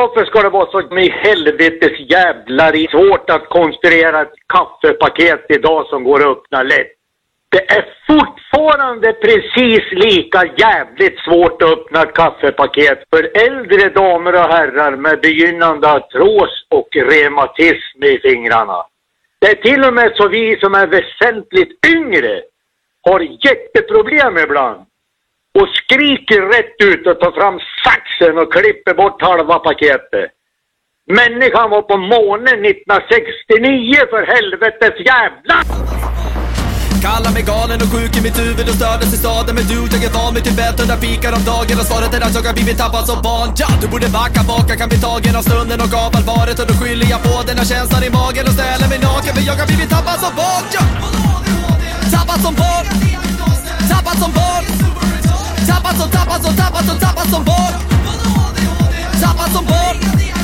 Varför ska det vara så med helvetes jävlar svårt att konstruera ett kaffepaket idag som går att öppna lätt? Det är fortfarande precis lika jävligt svårt att öppna ett kaffepaket för äldre damer och herrar med begynnande artros och reumatism i fingrarna. Det är till och med så vi som är väsentligt yngre har jätteproblem ibland. Och skriker rätt ut och tar fram saxen och klipper bort halva paketet. Människan var på månen 1969 för helvetes jävla! Kallar mig galen och sjuk i mitt huvud och stördes i staden. Men du, jag är van vid Tibet och där fikar om dagen. Och svaret är att jag har blivit tappad som barn. Ja, du borde backa bak, jag kan bli tagen av stunden och av allvaret. Och då skyller jag på den här känslan i magen och ställer mig naken. För jag har blivit tappad som barn. Ja. Tappad som barn. Tappad som barn. Tappad som barn. Tappad som barn. Tappad som barn.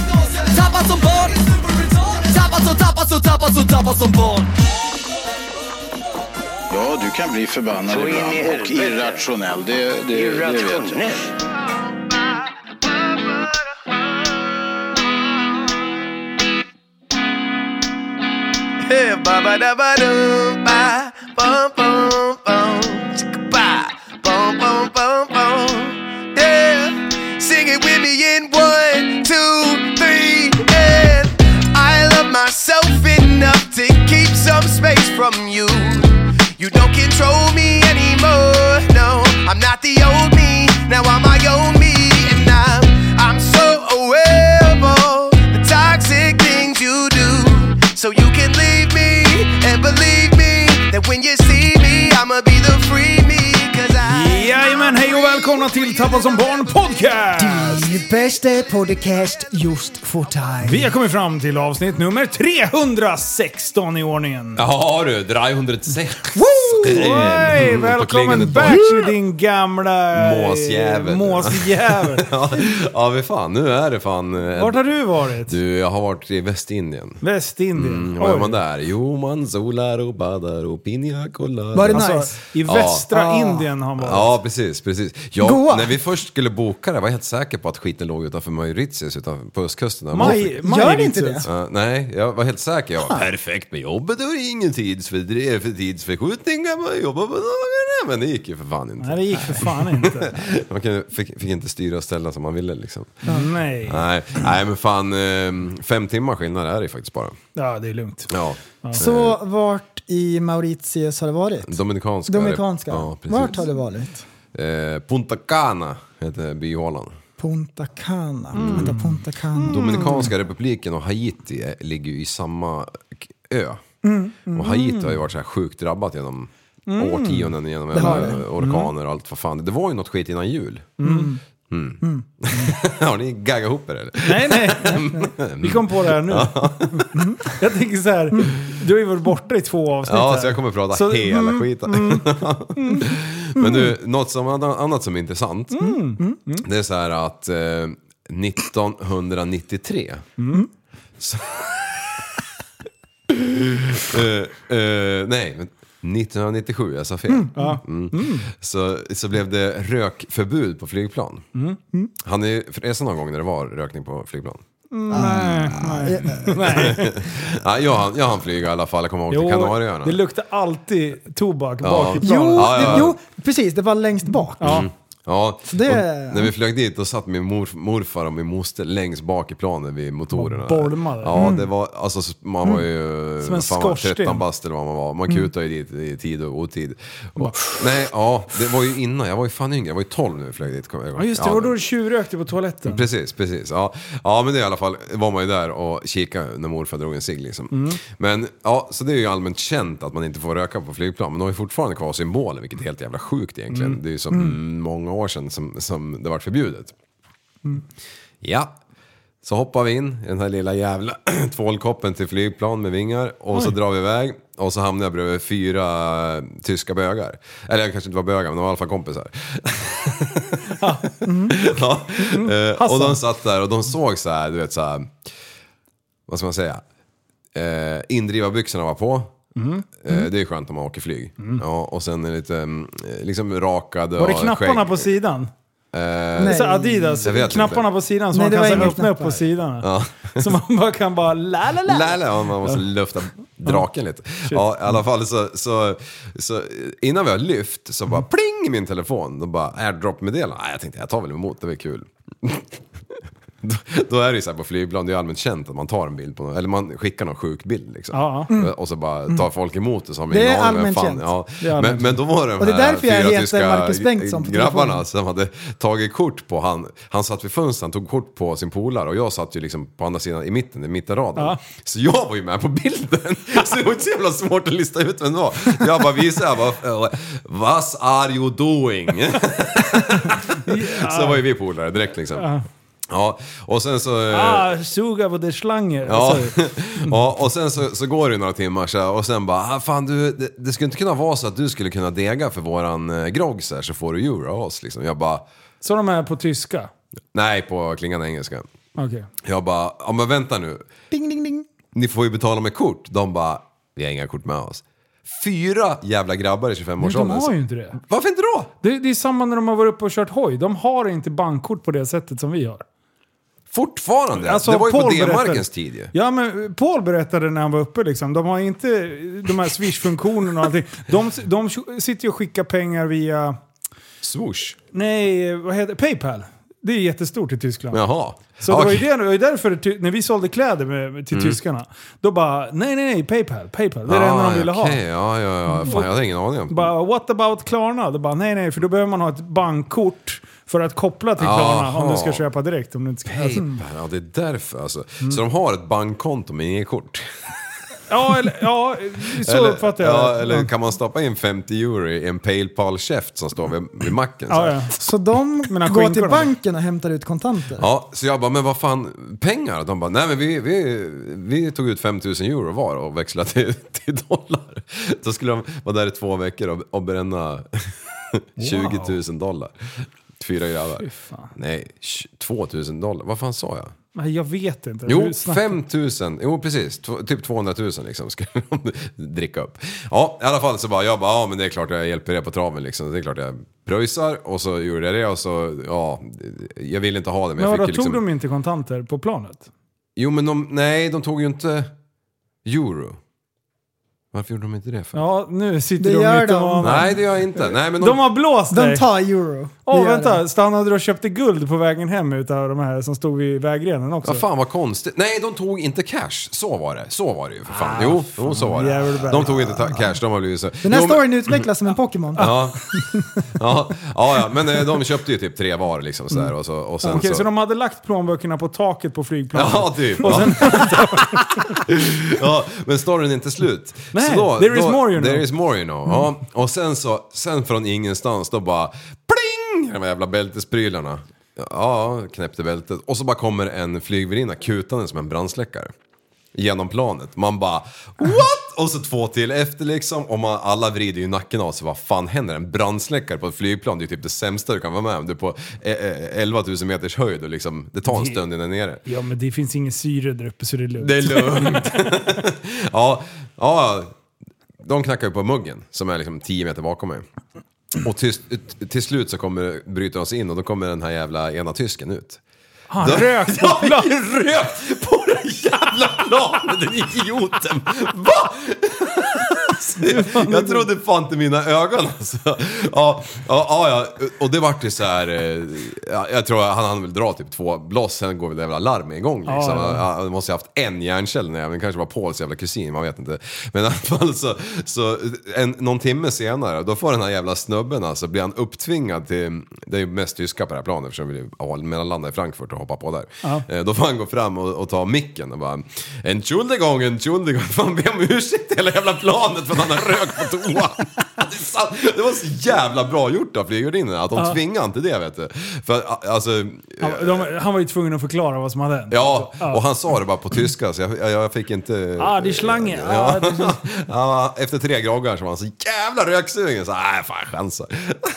Tappad som barn. Ja, du kan bli förbannad ibland och irrationell. Det vet jag. Sing it with me in 1, 2, 3, and I love myself enough to keep some space from you. You don't control me anymore, no. I'm not the old me, now I'm my own me. And I'm so aware of all the toxic things you do. So you can leave me and believe me that when you see me I'ma be the free me. Jajamän, hej och välkomna till Tappad som barn podcast. Din bästa podcast just för dig. Vi har kommit fram till avsnitt nummer 316 i ordningen. Ja du, 306. Oj, välkommen back din gamla måsjävel. Ja, vi fan, nu är det fan. Vart har du varit? Du, jag har varit i Västindien. Västindien? Vad är man där? Jo, man solar och badar och piña colada. Var det nice? Alltså, i västra Indien har man varit. Ja, precis. Ja, när vi först skulle boka det var jag helt säker på att skiten låg utanför Mauritius, utanför på östkusten. Gör det inte det? Nej, jag var helt säker. Jag var perfekt med jobbet. Det var ingen tidsförskjutning. Man jobbar på dagarna. Men det gick ju för fan inte. Nej, det gick för fan inte. Man fick inte styra och ställa som man ville liksom. Nej, men fan 5 timmar skillnad är det faktiskt bara. Ja, det är lugnt. Ja. Så vart i Mauritius har det varit? Dominikanska. Ja, vart har det varit? Punta Cana heter byhålan. Punta Cana. Punta Cana. Dominikanska republiken och Haiti ligger ju i samma ö. Och Haiti har ju varit så här sjukt drabbat genom årtionden genom orkaner och allt vad fan. Det var ju något skit innan jul. Har ni gaggat ihop er eller? Nej. Vi kom på det här nu. Jag tänker så här, du har ju varit borta i 2 avsnitt. Ja, så jag kommer prata hela skiten. Men nu, något annat som är intressant. Det är så här att 1993 så, nej, men 1997, jag sa fel. Så blev det rökförbud på flygplan. Han är förresten någon gång när det var rökning på flygplan. Nej. Ja, jag hann flyga i alla fall. Jag kommer ihåg till Kanarieöarna. Det luktar alltid tobak bak i plan. Jo, precis, det var längst bak. Ja, när vi flög dit och satt min morfar och min moster längst bak i planen vid motorerna. Bolmade. Ja, det var, alltså man var ju som en skorsten. 13 bast eller vad man var. Man kutade ju dit i tid och otid. Nej, det var ju innan. Jag var ju fan yngre. Jag var ju 12 när vi flög dit. Ja, just det. Var då du tjuvrökte på toaletten? Precis. Ja, men det i alla fall var man ju där och kika när morfar drog en cigg liksom. Men ja, så det är ju allmänt känt att man inte får röka på flygplan. Men de har ju fortfarande kvar symbolen, vilket är helt jävla sjukt egentligen. Det är ju som många år sedan som det var förbjudet. Ja, så hoppar vi in i den här lilla jävla tvålkoppen till flygplan med vingar och så drar vi iväg och så hamnar jag bredvid 4 tyska bögar. Eller jag kanske inte var bögar, men de var i alla fall kompisar. Och de satt där och de såg så här, du vet så här, vad ska man säga? Indrivarbyxorna var på. Det är skönt om man åker flyg. Ja, och sen är lite liksom rakade. Var det knapparna på sidan? Nej. Så Adidas, knapparna på sidan som man kan öppna upp på sidan. Ja. Så man bara kan bara la, man måste lufta draken lite. Ja, i alla fall så innan vi har lyft så bara pling i min telefon. Då bara airdrop-meddelande. Jag tänkte jag tar väl emot, det var kul. Då är det ju så här på flygplan, det är allmänt känt att man tar en bild på någon, eller man skickar någon sjuk bild liksom. Och så bara tar folk emot det, så har man ingen aning om fan. Ja. Men då var det de här fyra tyska grabbarna som hade tagit kort på han satt vid fönstret, han tog kort på sin polare och jag satt ju liksom på andra sidan i mittenraden. Så jag var ju med på bilden. Så det var inte så jävla svårt att lista ut vem det var. Jag bara visade, what are you doing? Så var ju vi polare direkt liksom. Ja, och sen så... suga på det slanger. Ja, ja, och sen så går det några timmar så, och sen bara, fan du, det skulle inte kunna vara så att du skulle kunna dega för våran grogg så får du euro av oss liksom. Jag bara... Så de är på tyska? Nej, på klingande engelska. Okay. Jag bara, ja men vänta nu. Ding, ding, ding. Ni får ju betala med kort. De bara, vi har inga kort med oss. 4 jävla grabbar i 25-årsåldern. De har ju inte det. Varför inte då? Det är samma när de har varit uppe och kört hoj. De har inte bankkort på det sättet som vi har. Fortfarande? Alltså, det var ju Paul på D-markens tid ju. Ja, men Paul berättade när han var uppe liksom. De har inte de här Swish-funktionerna och allting. De sitter ju och skickar pengar via... Swoosh? Nej, vad heter det? PayPal. Det är jättestort i Tyskland. Jaha. Så det var ju därför när vi sålde kläder till tyskarna, då bara, nej, PayPal. Det är det enda de ville ha. Ja. Fan, jag hade ingen aning om. Bara, what about Klarna? Då bara, nej, för då behöver man ha ett bankkort för att koppla till Klarna om du ska köpa direkt. Om du inte ska... PayPal, ja det är därför alltså. Så de har ett bankkonto med inget kort. Ja, så uppfattar jag. Ja, eller kan man stoppa in 50 euro i en PayPal-käft som står vid macken? Så de går till banken och hämtar ut kontanter? Ja, så jag bara, men vad fan, pengar? De bara, nej men vi tog ut 5 000 euro var och växlade till dollar. Så skulle de vara där i 2 veckor och bränna 20 000 dollar. 4 grabbar. Nej, 2 000 dollar. Vad fan sa jag? Nej, jag vet inte. Jo, 5 000. Jo, precis. Typ 200 000 liksom skulle de dricka upp. Ja, i alla fall så bara, ja men det är klart jag hjälper er på traven liksom. Det är klart jag pröjsar och så gjorde jag det och så, ja, jag vill inte ha det. Men då liksom... tog de inte kontanter på planet? Jo, men de tog ju inte euro. Varför gjorde de inte det för? Ja, nu sitter det de mitt och... Nej, det gör jag inte. Nej, men de har blåst dig. De tar euro. Vänta. Stannade du och köpte guld på vägen hem utav de här som stod vid vägrenen också? Ja, fan vad konstigt. Nej, de tog inte cash. Så var det ju för fan. Jo, så var det. De tog inte cash, de har blivit så. Den här storyn utvecklas som en Pokémon. Ja, men de köpte ju typ 3 var liksom så där, och sen Okej, så de hade lagt plånböckerna på taket på flygplanet. Ja, typ. Och sen... ja, men storyn är inte slut. Nej, så då, there is more you know. There is more you know. Ja, och sen från ingenstans då bara pling! De jävla bältesprylarna. Ja, knäppte bältet. Och så bara kommer en flygvärdinna kutande som en brandsläckare genom planet. Man bara, what? Och så 2 till efter liksom. Och alla vrider ju nacken av sig. Vad fan händer? En brandsläckare på ett flygplan, det är typ det sämsta du kan vara med om. Du är på 11 000 meters höjd och liksom, det tar en stund innan nere. Ja, men det finns ingen syre där uppe så det är lugnt. Det är lugnt. ja, de knackar ju på muggen som är liksom 10 meter bakom mig. Och till slut så bryter de sig in och då kommer den här jävla ena tysken ut. Han rökt på plan. Rökt på den jävla planen, den idioten. Va? Jag trodde fan inte mina ögon alltså. Ja. Och det vart ju så här. Jag tror han hann väl dra typ 2 bloss. Sen går väl det jävla larm igång liksom. Det måste ha haft en hjärnkäll. Men kanske var Pauls jävla kusin, man vet inte. Men i alla fall så någon timme senare, då får den här jävla snubben alltså, blir han upptvingad till, det är ju mest tyska på det här planet eftersom vi vill mellanlanda i Frankfurt och hoppa på där. Då får han gå fram och ta micken och bara Entschuldigung, fan be om ursäkt hela jävla planet för att han har rökt på toa. Det var så jävla bra gjort av flygvärdinnan att de tvingade till det, vet du. För alltså han var ju tvungen att förklara vad som hade hänt. Ja, och han sa det bara på tyska så jag fick inte det är slangen. Ja, efter 3 groggar så var han så jävla röksugen så fan chansar.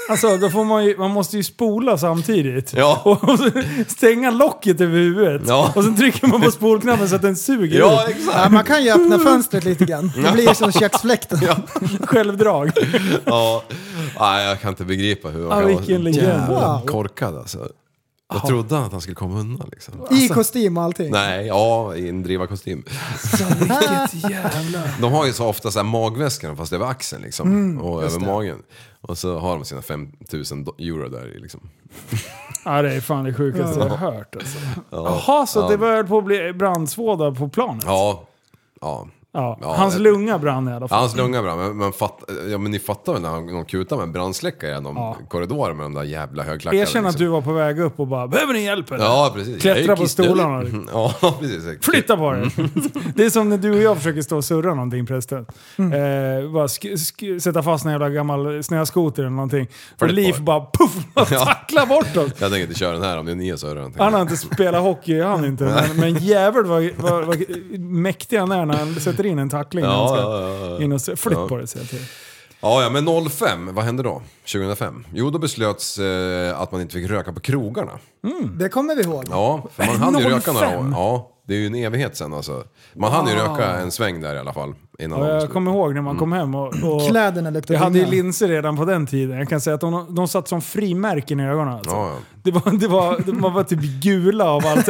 Alltså då får man måste ju spola samtidigt. Ja. Och stänga locket över huvudet. Ja. Och sen trycker man på spolknappen så att den suger Ja, ut. exakt. Ja, man kan ju öppna fönstret lite grann. Det blir som köksfläkten. Självdrag. Ja. Nej, jag kan inte begripa hur Ja, vilken legend. jävla Wow. korkad alltså. Jag trodde att han skulle komma undan liksom. I kostym och allting. Nej, ja, i en drivarkostym. Vilket jävla... De har ju så ofta så här magväskor fast över axeln liksom. Och över magen. Och så har de sina 5000 euro där i liksom. Ja, det är fan det sjukaste jag har hört alltså. Jaha, så det började på att bli brandsvåda på planet? Ja. Ja. Ja, Hans lunga brann i alla fall. Ja, hans lunga brann. Men ni fattar väl när någon kutar med en brandsläckare genom korridoren med de där jävla högklackarna. Erkänn att liksom. du var på väg upp och bara, behöver ni hjälp eller? Ja, precis. Klättra på stolarna. Liksom. Ja, precis. Flytta på dig! Det är som när du och jag försöker stå och surra någonting prästen. Bara sätta fast en jävla gammal snöskoter eller någonting. Och Liv bara puff! Tackla bort oss! Jag tänker inte köra den här om det är ni som surrar. Han har inte spelat hockey, han inte. Men jävel vad mäktig han är när han sätter in en tackling. In och flytt på det, säger jag till. Ja, men 05, vad hände då? 2005? Jo, då beslöts att man inte fick röka på krogarna. Det kommer vi ihåg. Ja, för man hann ju röka några 05? år. Ja, det är ju en evighet sen alltså. Man hann ju röka en sväng där i alla fall. Innan Ja, de jag skulle- kommer ihåg när man kom hem och Kläderna luktar jag hade ju ringa. linser redan på den tiden. Jag kan säga att de satt som frimärken i ögonen. Alltså. Ja. Man var typ gula av allt.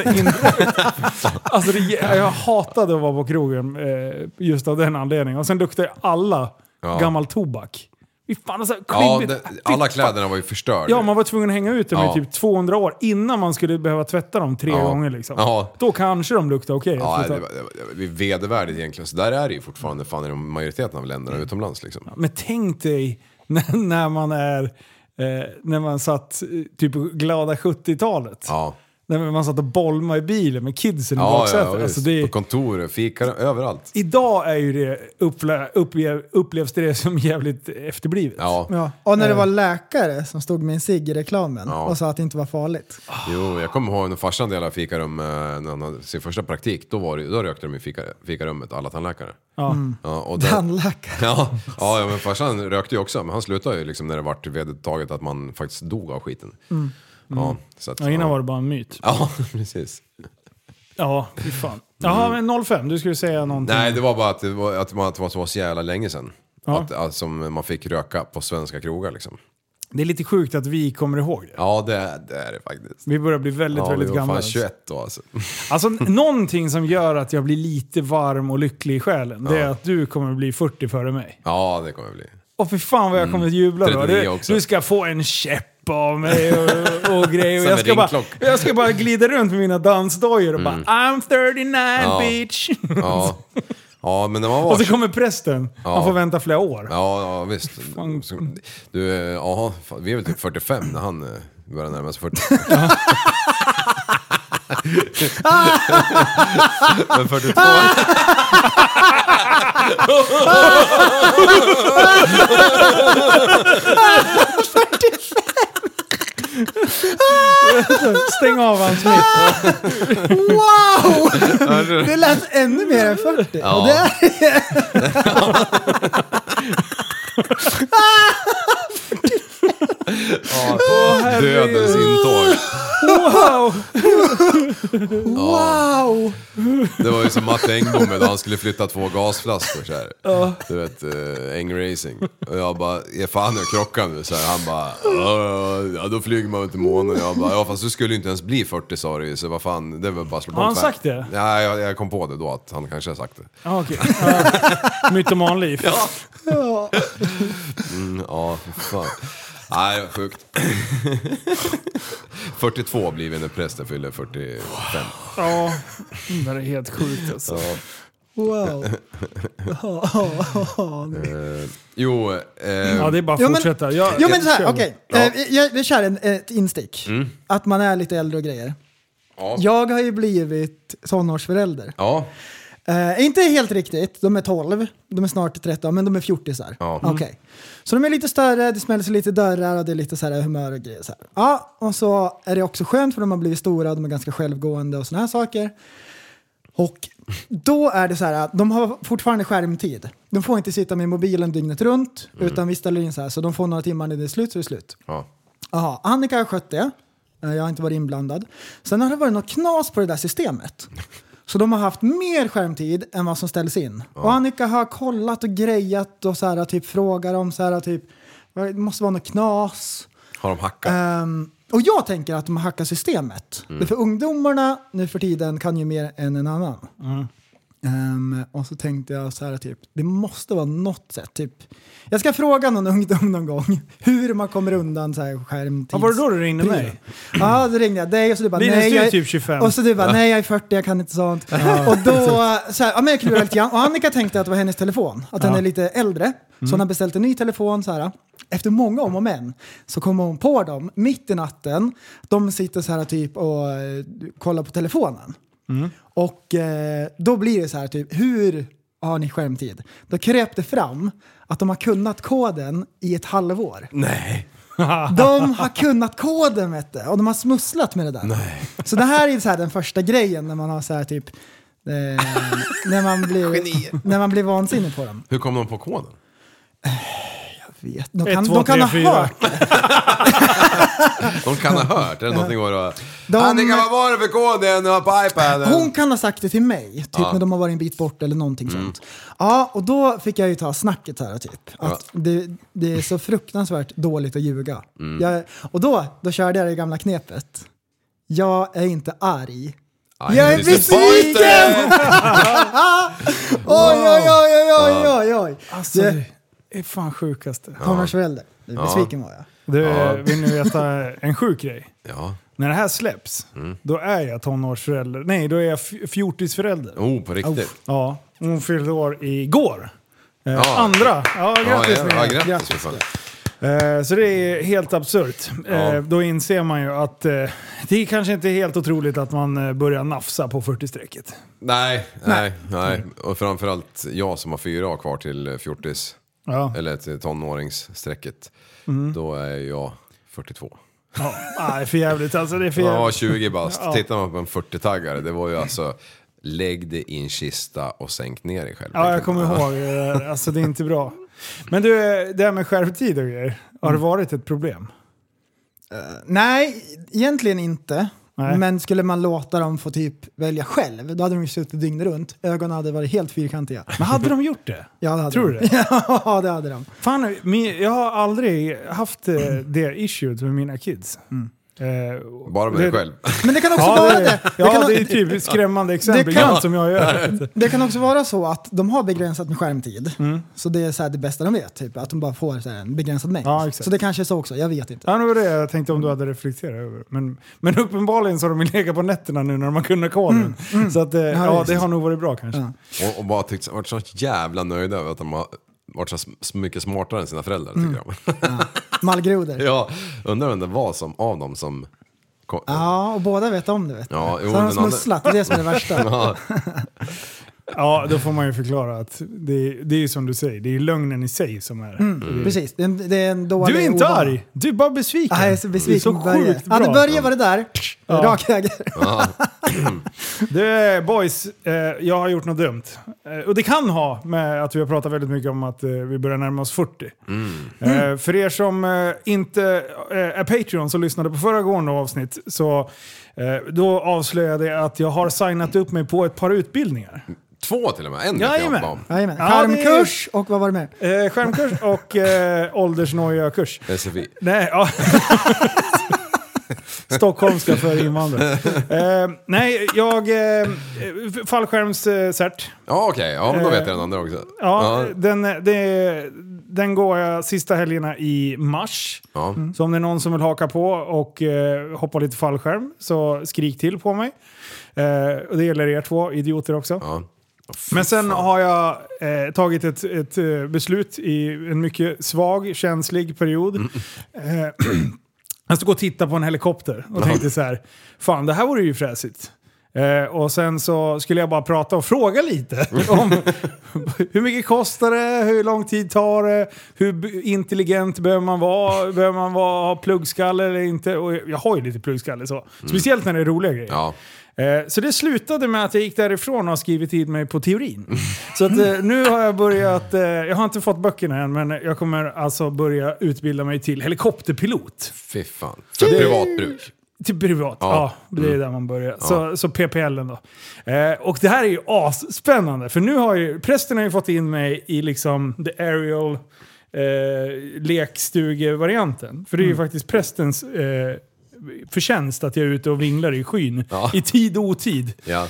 Alltså jag hatade att vara på krogen just av den anledningen. Och sen luktade alla gammal tobak. Fy fan, alltså, Ja, klibbigt. alla kläderna var ju förstörda. Ja, man var tvungen att hänga ut dem i Ja. typ 200 år innan man skulle behöva tvätta dem 3 gånger. Liksom. Ja. Då kanske de luktade okej. Ja, det var vedervärdigt egentligen. Så där är det ju fortfarande fan i de majoriteten av länderna utomlands liksom. Men tänk dig när man är när man satt typ på glada 70-talet. Ja. När man satt och bolmade i bilen med kidsen i Ja, baksätet. ja, Alltså det, på kontor, fikar, överallt. idag är ju det upplevs det som jävligt efterblivet. Ja. Ja. Och när det var läkare som stod med en cigg i reklamen och sa att det inte var farligt. Jo, jag kommer ihåg när farsan delade fikarum när han hade sin första praktik. Då rökte de i fikarummet, alla tandläkare. Ja. Ja, och där, Tandläkare. ja, men farsan rökte ju också. Men han slutade ju liksom när det vart vedertaget att man faktiskt dog av skiten. Ja, så att, Ja, innan var det bara en myt. Ja, precis. Ja, fy fan. Jaha, men 05, du skulle säga någonting. Nej, det var bara att det var så jävla länge sedan. Ja. Att som man fick röka på svenska krogar liksom. Det är lite sjukt att vi kommer ihåg det. Ja, det är det faktiskt. Vi börjar bli väldigt, väldigt vi var gamla. fan 21 då alltså. Alltså någonting som gör att jag blir lite varm och lycklig i själen, det är att du kommer bli 40 före mig. Ja, det kommer bli. Och för fan vad jag kommer att jubla då. 39 också. Du ska få en käpp av mig och grejer. Och Som jag ska bara glida runt med mina dansdojor och bara I'm 39 bitch. Ja, men när man var... Och så kommer prästen. Man får vänta flera år. Ja, visst. Fan. Du, vi är väl typ 45 när han börjar närma sig 40. Men 42... Stäng av hans mitt. Wow! Det lät ännu mer än 40. Ja. Och det är... Dödens intåg. Wow! Wow! Det var ju som Matte Engblom då han skulle flytta 2 gasflaskor så här. Du vet, Eng Racing. Och jag bara, fan jag krockar nu så här. Han bara, ja då flyger man ut till månen. Jag bara, ja fast du skulle ju inte ens bli 40 sa du, så vad fan, det var bara slå på. Har han sagt det? Ja, jag kom på det då att han kanske har sagt det. Ja, okej. Mytomanliv. Ja, ja fan. Nej, det var sjukt. 42 blir vi när prästen fyller 45. Ja, det är helt sjukt alltså. Ja. Wow. Jo, Ja, det är bara att Jo, men- fortsätta. Jo men så här, kör. okej. Vi kör ett instick. Att man är lite äldre och grejer. ja. Jag har ju blivit tonårsförälder. Ja. Inte helt riktigt, de är 12, de är snart 13, men de är 14 Ja. Okej. Så de är lite större, det smälls lite dörrar och det är lite så här humör och grejer. Så här. Ja, och så är det också skönt för de har blivit stora, de är ganska självgående och såna här saker. Och då är det så här att de har fortfarande skärmtid. De får inte sitta med mobilen dygnet runt, utan vi ställer in så här. Så de får några timmar när det är slut, så är det slut. Ja. Aha, Annika har skött det. Jag har inte varit inblandad. Sen har det varit något knas på det där systemet. Så de har haft mer skärmtid än vad som ställs in. Ja. Och Annika har kollat och grejat och så här, typ frågar om så här, typ, det måste vara något knas. Har de hackat? Och jag tänker att de har hackat systemet. För ungdomarna nu för tiden kan ju mer än en annan. Och så tänkte jag så här, typ, det måste vara något sätt. Typ, jag ska fråga någon ungdom någon gång hur man kommer undan så här skärmtids... Ja, var det då du ringde mig? Ja, då ringde jag dig och så du bara, nej, jag är typ 25. Och så du bara, nej jag är 40, jag kan inte sånt. Och då, så här, ja men jag klurade lite grann. Och Annika tänkte att det var hennes telefon. Att den är lite äldre. Så hon har beställt en ny telefon så här. Efter många om och men så kommer hon på dem mitt i natten. De sitter så här typ och kollar på telefonen. Och då blir det så här typ, hur har ni skärmtid? Då kröp det fram att de har kunnat koden i ett halvår. Nej. De har kunnat koden, vet du, och de har smusslat med det där. Nej. Så det här är så här den första grejen när man har så här typ när man blir vansinnig på dem. Hur kom de på koden? Vet. De kan ha hört. De kan ha hört. Är det någonting att... Annika, vad var det för kod nu på iPaden? Hon kan ha sagt det till mig. Typ när de har varit en bit bort eller någonting sånt. Ja, och då fick jag ju ta snacket här typ. Att det är så fruktansvärt dåligt att ljuga. Och då körde jag det gamla knepet. Jag är inte arg. Jag är besviken! Oj. Alltså, det är fan sjukaste. Tonårsförälder. Besviken var jag. Du, vill ni veta en sjuk grej? Ja. När det här släpps, då är jag tonårsförälder. Nej, då är jag fjortisförälder. På riktigt? Ja, hon fyllde år igår. Andra. Ja, grattis. Grattis. Så det är helt absurt. Då inser man ju att det är kanske inte helt otroligt att man börjar nafsa på 40-strecket. Nej. Och framförallt jag som har 4 år kvar till fjortis. Eller till tonåringssträcket. Då är jag 42. Nej, för jävligt. Alltså, det är för jävligt. Ja, 20 bast. Tittar man på en 40-taggare, det var ju alltså lägg det i en kista och sänk ner dig själv. Ja, jag kommer ihåg. Alltså det är inte bra. Men du, det här med skärmtid och grejer, har det varit ett problem? Nej, egentligen inte. Nej. Men skulle man låta dem få typ välja själv, då hade de ju suttit dygnet runt. Ögonen hade varit helt fyrkantiga. Men hade de gjort det? Ja, det hade Tror de. du det? Ja, det hade de. Fan, jag har aldrig haft det issuet med mina kids. Bara med dig själv. Men det kan också vara det. Det är typ skrämmande exempel som jag gör. Det kan också vara så att de har begränsat med skärmtid. Så det är så här det bästa de vet. Typ, att de bara får så här en begränsad mängd. Ja, så det kanske är så också, jag vet inte. Ja, det var det jag tänkte om du hade reflekterat över. Men uppenbarligen så har de legat på nätterna nu när de har kunnat koden. Så att, det har nog varit bra kanske. Ja. Och bara varit så jävla nöjda över att de har varit så mycket smartare än sina föräldrar, tycker jag. Mallgroder. Ja, undrar vem det var som av dem som... Ja, och båda vet om det, vet du. Ja, så har de smusslat, det är det som är det värsta. Ja, då får man ju förklara att det är ju som du säger, det är lögnen i sig som är precis, det är en dålig... Du är inte arg, du är bara besviken. Nej, jag är så besviken. Det är så sjukt bra. Ja, det börjar vara det där. Rak höger. Det boys, jag har gjort något dumt. Och det kan ha med att vi har pratat väldigt mycket om att vi börjar närma oss 40. För er som inte är Patreon så lyssnade på föregående avsnitt, så då avslöjade jag att jag har signat upp mig på ett par utbildningar. 2 till och med, en Jajamän. Skärmkurs och vad var det med? Skärmkurs och åldersnoja-kurs. SFI. Nej, ja. Stockholmska för invandrare. Nej, jag fallskärmscert. Ja, okej. Ja, men då vet jag den andra också. Ja. Den går jag sista helgerna i mars. Ja. Så om det är någon som vill haka på och hoppa lite fallskärm, så skrik till på mig. Och det gäller er 2 idioter också. Ja. Men sen har jag tagit ett beslut i en mycket svag, känslig period. Jag stod och tittade på en helikopter och tänkte så här: fan, det här vore ju fräsigt. Och sen så skulle jag bara prata och fråga lite om hur mycket kostar det, hur lång tid tar det, hur intelligent behöver man vara, ha pluggskalle eller inte. Och jag har ju lite pluggskalle så. Speciellt när det är roliga grejer. Ja. Så det slutade med att jag gick därifrån och har skrivit in mig på teorin. Så att, nu har jag börjat, jag har inte fått böckerna än, men jag kommer alltså börja utbilda mig till helikopterpilot. Fy fan. För privatbruk. Till privat, ja det är där man börjar. Ja. Så PPL:en då. Och det här är ju asspännande, för nu har ju prästen har ju fått in mig i liksom the aerial lekstugevarianten. För det är ju faktiskt prästens förtjänst att jag är ute och vinglar i skyn i tid och otid. Ja.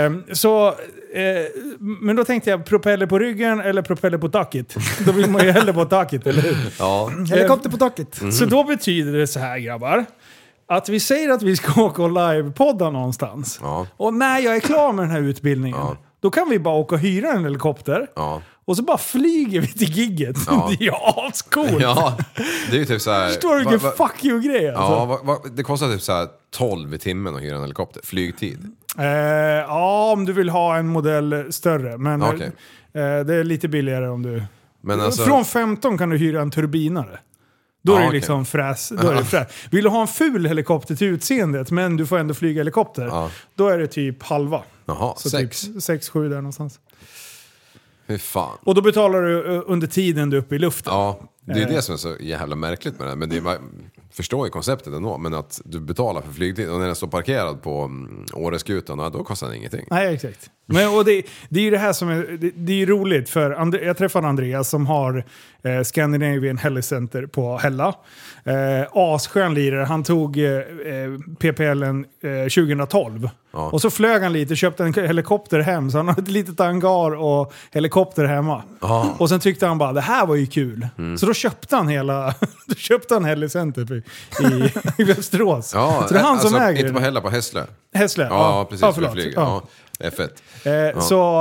Men då tänkte jag propeller på ryggen eller propeller på taket. Då vill man ju hellre på taket, eller hur? Ja. Helikopter på taket. Så då betyder det så här, grabbar, att vi säger att vi ska åka och livepodda någonstans. Ja. Och när jag är klar med den här utbildningen, då kan vi bara åka och hyra en helikopter. Ja. Och så bara flyger vi till gigget. Ja. Det är ju ascoolt. Ja, det är ju typ så här. Förstår du vilken fuck you-grej alltså? Ja, det kostar typ så här 12 i timmen att hyra en helikopter. Flygtid. Ja, om du vill ha en modell större. Men det är lite billigare om du... Men alltså... Från 15 kan du hyra en turbinare. Då är det liksom fräs. Då är det fräs. Vill du ha en ful helikopter till utseendet, men du får ändå flyga helikopter, då är det typ halva. Jaha, så 6-7 där någonstans. Hur fan. Och då betalar du under tiden du är uppe i luften. Ja, det är det som är så jävla märkligt med det. Men det är, förstår ju konceptet ändå, men att du betalar för flygtid och när den står parkerad på Åreskutan, då kostar det ingenting. Nej, exakt. Men, och det är ju det här som är, det är ju roligt, för jag träffade Andreas som har Scandinavian Heli Center på Hälla. Asskön lirare. Han tog PPL:en 2012. Ja. Och så flög han lite, köpte en helikopter hem. Så han har ett litet hangar och helikopter hemma. Ja. Och sen tyckte han bara, det här var ju kul. Så då köpte han då köpte han Heli Center i Västerås. Ja, så det är han som äger. Inte på Hälla, på Hässle. Hässle, ja. Precis, för flyg. Ja. F1.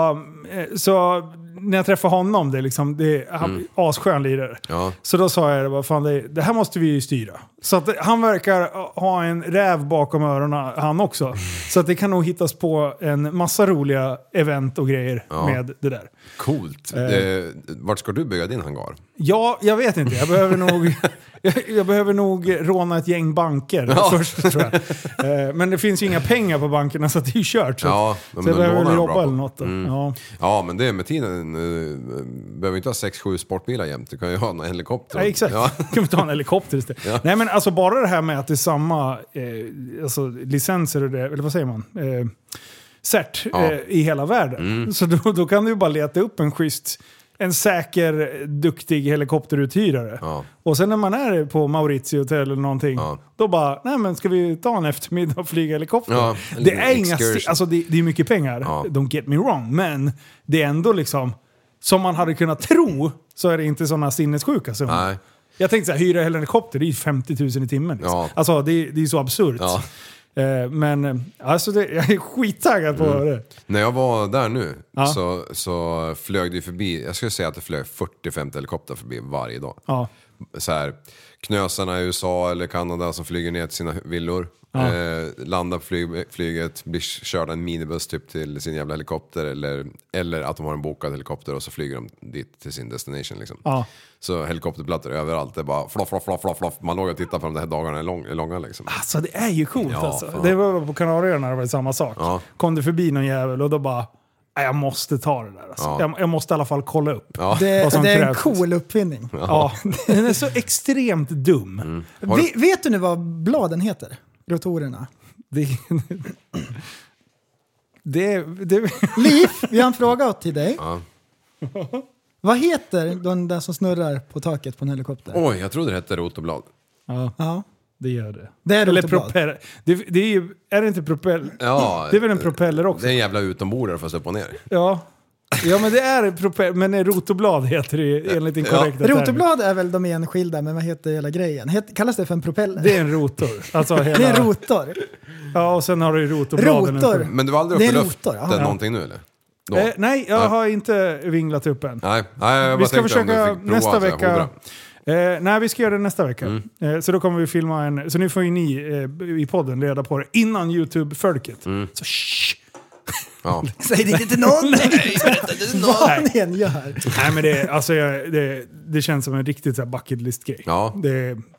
Så när jag träffade honom, det är asskön lirare. Ja. Så då sa jag, vad fan, det här måste vi ju styra. Så att han verkar ha en räv bakom öronen, han också. Så att det kan nog hittas på en massa roliga event och grejer med det där. Coolt. Vart ska du bygga din hangar? Ja, jag vet inte. Jag behöver nog råna ett gäng banker först, tror jag. Men det finns ju inga pengar på bankerna, så det är ju kört. Så jag behöver väl jobba eller något. Ja, men det är med tiden. Behöver inte ha 6-7 sportbilar jämt. Du kan ju ha en helikopter. Ja, exakt. Ja. Kan vi ta en helikopter istället. Ja. Nej, men alltså bara det här med att det är samma alltså, licenser och det, eller vad säger man? Cert i hela världen. Så då kan du ju bara leta upp en säker, duktig helikopteruthyrare. Ja. Och sen när man är på Mauritia Hotel eller någonting, då bara, nej men ska vi ta en eftermiddag och flyga helikopter? Ja, det är inga alltså det är mycket pengar, don't get me wrong, men det är ändå liksom, som man hade kunnat tro, så är det inte sådana sinnessjuka som. Nej. Jag tänkte så här, hyra helikopter, det är 50 000 i timmen. Liksom. Ja. Alltså det är så absurt. Ja. Men alltså jag är skittaggad på det. När jag var där nu så flög det förbi, jag skulle säga att det flög 40-50 helikopter förbi varje dag. Ja. Så här, knösarna i USA eller Kanada som flyger ner till sina villor. Landar på flyget, blir körda en minibuss typ till sin jävla helikopter, eller att de har en bokad helikopter och så flyger de dit till sin destination liksom. Så helikopterplattor överallt, det är bara fluff. Man låg och tittar på de här dagarna är långa liksom. Alltså det är ju coolt alltså. Fan. Det var på Kanarieöarna, det var samma sak. Kom det förbi någon jävel och då bara, jag måste ta det där alltså. Jag måste i alla fall kolla upp. Det är en cool uppfinning. Ja, den är så extremt dum. Vet du nu vad bladen heter? Rotorerna. Liv, vi har en fråga till dig. Vad heter den där som snurrar på taket på en helikopter? Oj, jag trodde det hette rotorblad. Ja. Det gör det. Det är eller propeller. Är det inte propeller? Ja, det är väl en propeller också? Det är en jävla utombordare för att upp och ner. Ja, men det är propeller. Men rotorblad heter det enligt en korrekt term. Rotorblad är väl de enskilda, men vad heter hela grejen? Kallas det för en propeller? Det är en rotor. Alltså hela... Det är en rotor. Ja, och sen har du rotorbladen. Rotor. Men du var aldrig uppe i luften någonting nu, eller? Nej, jag har inte vinglat upp än. Nej, vi ska försöka nästa vecka. Nej, vi ska göra det nästa vecka. Så då kommer vi filma så nu får ju ni i podden reda på det innan YouTube-folket. Så Ja. Säg det inte till någon. Vad ni än gör. Nej, men det känns som en riktigt så här bucket list-grej. Ja.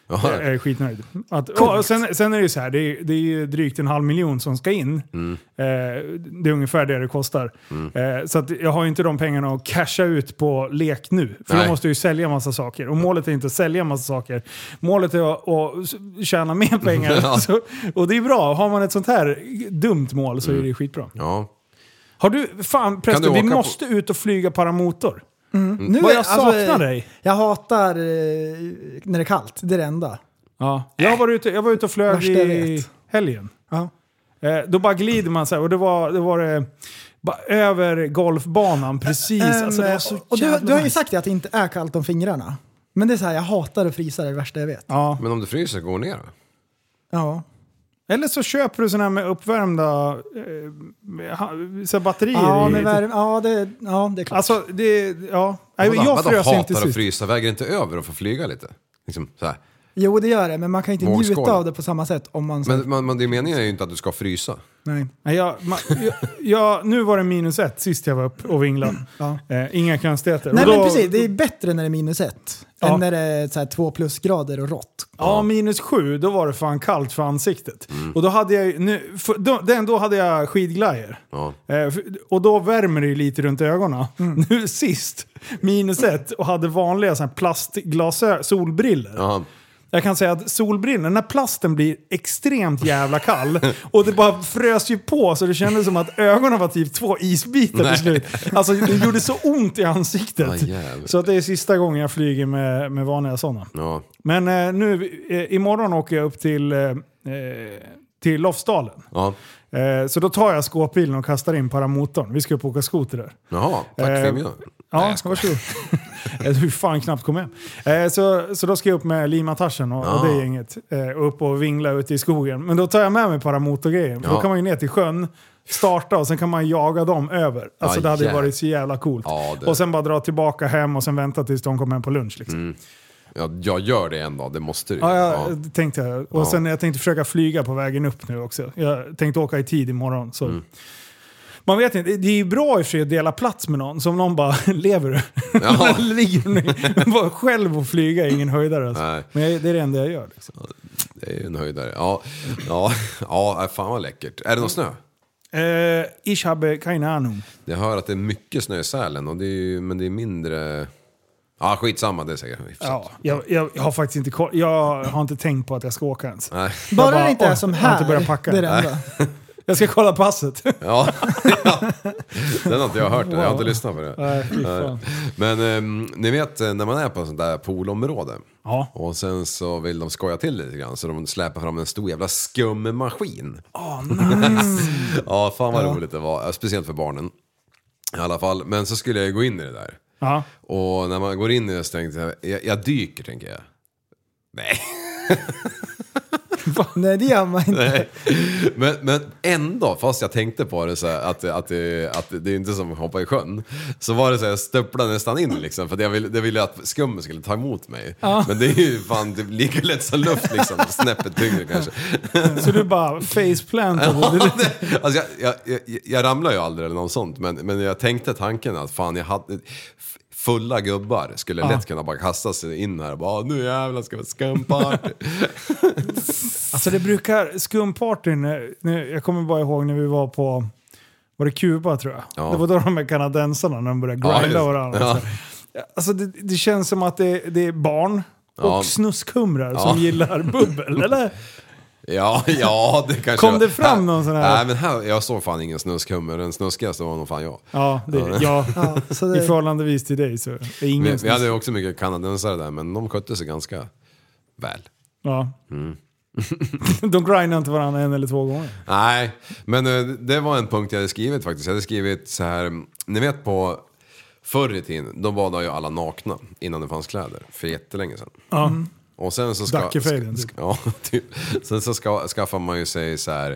Jag är skitnöjd. Och sen är det ju så här, det är ju drygt 500 000 som ska in. Det är ungefär det kostar. Så att jag har ju inte de pengarna att casha ut på lek nu. För jag måste ju sälja massa saker. Och målet är inte att sälja massa saker. Målet är att tjäna mer pengar. Så, och det är bra. Har man ett sånt här dumt mål så är det skitbra. Ja. Har du, fan prästen, vi måste ut och flyga paramotor. Nu vad jag saknar dig. Jag hatar när det är kallt, det är det enda. Ja. Jag var ute och flög i helgen. Ja. Då bara glider man så här, och det var bara över golfbanan precis. Alltså, det var så och du har ju sagt att det inte är kallt om fingrarna. Men det är så här, jag hatar att frysa, det är det värsta jag vet. Ja. Men om du fryser, går ner då? Ja. Eller så köper du såna här med uppvärmda så batterier. Ja, det är klart. Alltså, jag frös inte hatar att frysa, väger inte över och få flyga lite. Liksom, så här. Jo, det gör det, men man kan inte njuta av det på samma sätt om man... Men det meningen är ju inte att du ska frysa. Nej. Nu var det -1 sist jag var upp och vinglade. Inga konstigheter. Nej, men precis. Det är bättre när det är -1 än när det är så här 2 plusgrader och rått. Ja, -7, då var det fan kallt för ansiktet. Och då hade jag då hade jag skidglajjor. Ja. Och då värmer det ju lite runt ögonen. Nu sist, -1 och hade vanliga så här plastglasögon, solbriller. Ja. Jag kan säga att solbrillor, när plasten blir extremt jävla kall och det bara frös ju på så det kändes som att ögonen var typ 2 isbitar till slut. Alltså det gjorde så ont i ansiktet. Så att det är sista gången jag flyger med vanliga sådana. Ja. Men nu, imorgon åker jag upp till Lofsdalen. Ja. Så då tar jag skåpbilen och kastar in paramotorn. Vi ska upp och åka skoter där. Jaha, tack för inbjudan. Ja, varsågod. Hur fan knappt kom hem. Så då ska jag upp med limataschen och det är inget. Upp och vingla ute i skogen. Men då tar jag med mig paramotorgrejen. Då kan man ju ner till sjön, starta och sen kan man jaga dem över. Alltså det hade ju varit så jävla coolt. Ja, och sen bara dra tillbaka hem och sen vänta tills de kommer hem på lunch. Liksom. Ja, jag gör det en dag, det måste du. Det tänkte jag. Och sen jag tänkte försöka flyga på vägen upp nu också. Jag tänkte åka i tid imorgon. Så. Man vet inte, det är ju bra i sig att dela plats med någon. Som någon bara, lever du? Ja. Ligger bara själv och flyga, ingen höjdare. Alltså. Men det är det enda jag gör. Liksom. Det är ju en höjdare. Ja, fan vad läckert. Är det någon snö? Ich habe keine Ahnung. Jag hör att det är mycket snö i Sälen, men det är mindre... Ja, skitsamma, det är säkert. Ja, jag har faktiskt inte koll. Jag har inte tänkt på att jag ska åka ens. Nej. Bara det inte är som här. Jag har inte börjat packa. Det är det enda. Jag ska kolla passet. Ja. Den har inte jag hört. Jag har inte lyssnat på det. Nej. Men ni vet när man är på en sån där poolområde. Ja. Och sen så vill de skoja till lite grann. Så de släpar fram en stor jävla skummaskin. Nice. Ja, fan vad roligt det var. Speciellt för barnen. I alla fall. Men så skulle jag gå in i det där. Ja. Och när man går in i det så tänkte jag dyker, tänker jag. Nej. Nej, det gör man inte. Men ändå, fast jag tänkte på det så här, att det är inte som att hoppa i sjön. Så var det så här, jag stöpplade nästan in liksom. För det ville att skummen skulle ta emot mig. Ja. Men det är ju fan det är lika lätt som luft liksom. Snäppet tyngre kanske. Så du bara faceplantar? Ja, alltså jag ramlar ju aldrig eller något sånt. Men jag tänkte tanken att fan jag hade... Fulla gubbar skulle lätt kunna bara kasta sig in här och bara, nu jävlar ska vi skumparty. Alltså det brukar, skumpartyn, jag kommer bara ihåg när vi var på, var det Kuba tror jag? Ja. Det var då de med kanadensarna när de började grinda varandra. Ja. Alltså det känns som att det är barn och snuskhumrar som gillar bubbel, eller? Ja, det kanske... Kom det fram någon sån här... Nej, men här, jag såg fan ingen snuskhummer. Den snuskigaste var nog fan jag. Ja, så det... i förhållandevis till dig så är ingen vi hade också mycket kanadensare där, men de skötte sig ganska väl. Ja. De grindade inte varandra 1 eller 2 gånger. Nej, men det var en punkt jag hade skrivit faktiskt. Jag hade skrivit så här, ni vet på förr i tiden, de badade ju alla nakna innan det fanns kläder, för jättelänge sedan. Ja. Och sen så sen så skaffar man ju sig så här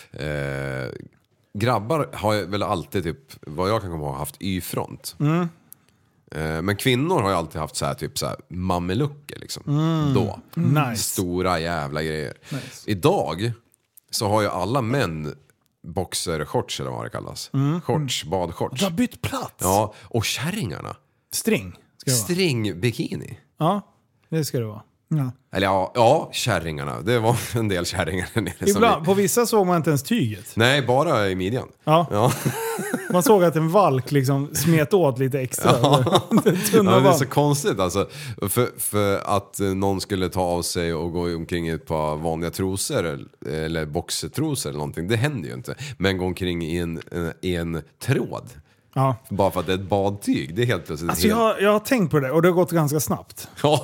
grabbar har ju väl alltid typ, vad jag kan komma ihåg, haft y-front. Men kvinnor har ju alltid haft så här typ så här mamelucker liksom. Då. Nice. Stora jävla grejer. Nice. Idag så har ju alla män boxershorts eller vad det kallas. Shorts, badshorts. Du har bytt plats. Ja, och kärringarna. String ska det vara. String bikini. Ja, det ska det vara. Ja. Eller ja, kärringarna. Det var en del kärringar där nere. Ibland, på vissa såg man inte ens tyget. Nej, bara i midjan. Ja. Man såg att en valk liksom smet åt lite extra. Ja. Det är så konstigt alltså. För att någon skulle ta av sig och gå omkring i ett par vanliga trosor eller boxertrosor eller någonting. Det händer ju inte. Men gå omkring i en tråd. Ja. Bara för att det är ett badtyg. Det är helt plötsligt alltså jag har tänkt på det och det har gått ganska snabbt. Ja.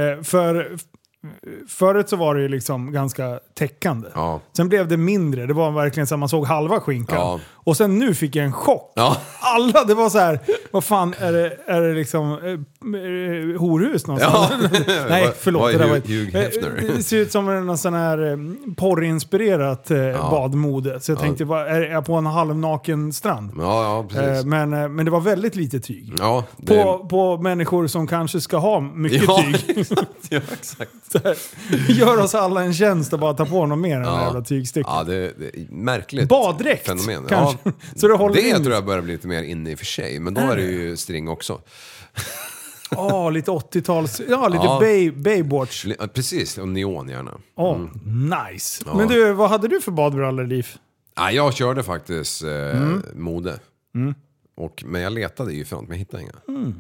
Förut så var det ju liksom ganska täckande. Ja. Sen blev det mindre. Det var verkligen så att man såg halva skinkan. Ja. Och sen nu fick jag en chock. Ja. Alla, det var så här, vad fan är det liksom horhus någonstans? Ja. Nej, förlåt. Vad det där var Hugh Hefner? det ser ut som en sån här porrinspirerat badmode. Så jag tänkte, är jag på en halvnaken strand? Ja, precis. Men det var väldigt lite tyg. Ja, På människor som kanske ska ha mycket tyg. Ja, exakt. Gör oss alla en tjänst att bara ta på något mer än det jävla tygstycket. Ja, det är märkligt. Baddräkt fenomen. kanske. Ja, så det håller det in. tror jag börjar bli lite mer inne i och för sig. Men då är det ju string också. Lite 80-tals... Ja, lite Baywatch. Precis, och neon gärna. Nice. Ja. Men du, vad hade du för badbrallor, Liv? Ja, jag körde faktiskt mode. Men jag letade ju framåt, men jag hittade inga.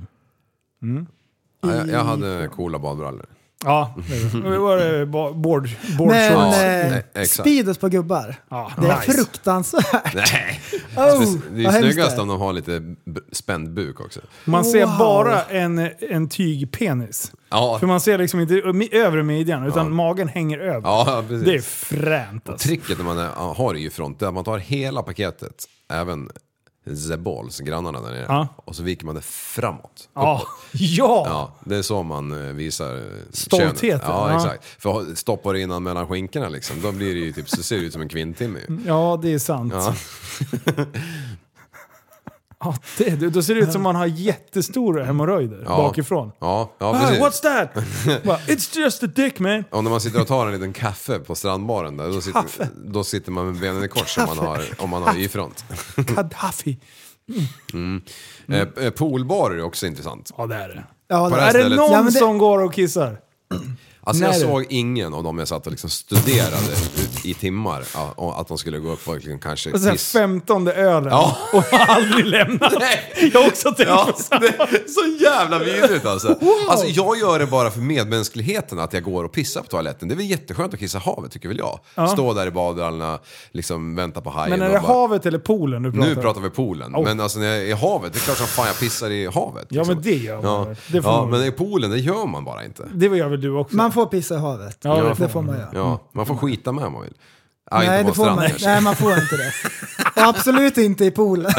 Ja, jag hade coola badbrallor. Ja, det var board men Speedos på gubbar. Ja, det är fruktansvärt. Nej. Det är ju snyggast om de har lite spänd buk också. Man ser bara en tygpenis. Ja. För man ser liksom inte övre midjan utan magen hänger över. Ja, precis. Det är fränt alltså. Tricket när man har det ju front, det är att man tar hela paketet, även The Balls, grannarna där nere, och så viker man det framåt. Ja, det är så man visar stolthet. Ja, exakt. För stoppar det innan mellan skinkorna liksom, då blir det ju typ, så ser det ut som en kvinntimme. Ja, det är sant. Ja. Ja, då ser det ut som man har jättestora hemorrojder bakifrån. Ja, precis. What's that? It's just a dick, man. Och när man sitter och tar en liten kaffe på strandbaren där, då sitter man med benen i kors om man har y-front. Gaddafi. Poolbar är också intressant. Ja, det är det. Ja, är det någon som går och kissar? Alltså jag såg ingen av dem jag satt och liksom studerade i timmar att de skulle gå upp och liksom kanske och sen 15:e ölen och aldrig lämnat. Jag har också tänkt på samma. Det är så jävla vidrigt alltså. Wow. Alltså jag gör det bara för medmänskligheten att jag går och pissar på toaletten. Det är väl jätteskönt att kissa havet tycker väl jag. Stå där i badrallerna, liksom vänta på hajen. Men är det havet eller poolen du pratar om? Nu pratar vi poolen. Men alltså när jag är i havet, det är klart som fan jag pissar i havet. Ja liksom. men det gör man. Men i poolen, det gör man bara inte. Det gör väl du också. Man får pissa i havet. Ja, det får man göra. Ja, man får skita med om man vill. Nej, det får man. Nej, man får inte det. Och absolut inte i poolen.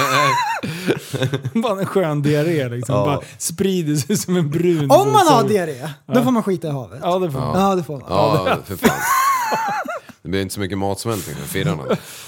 Bara en skön diarré liksom. Bara sprider sig som en brun. Om man har diarré, då får man skita i havet. Ja, det får man. Ja, det får man. Ja, för fan. Det blir inte så mycket matsmältning för firarna.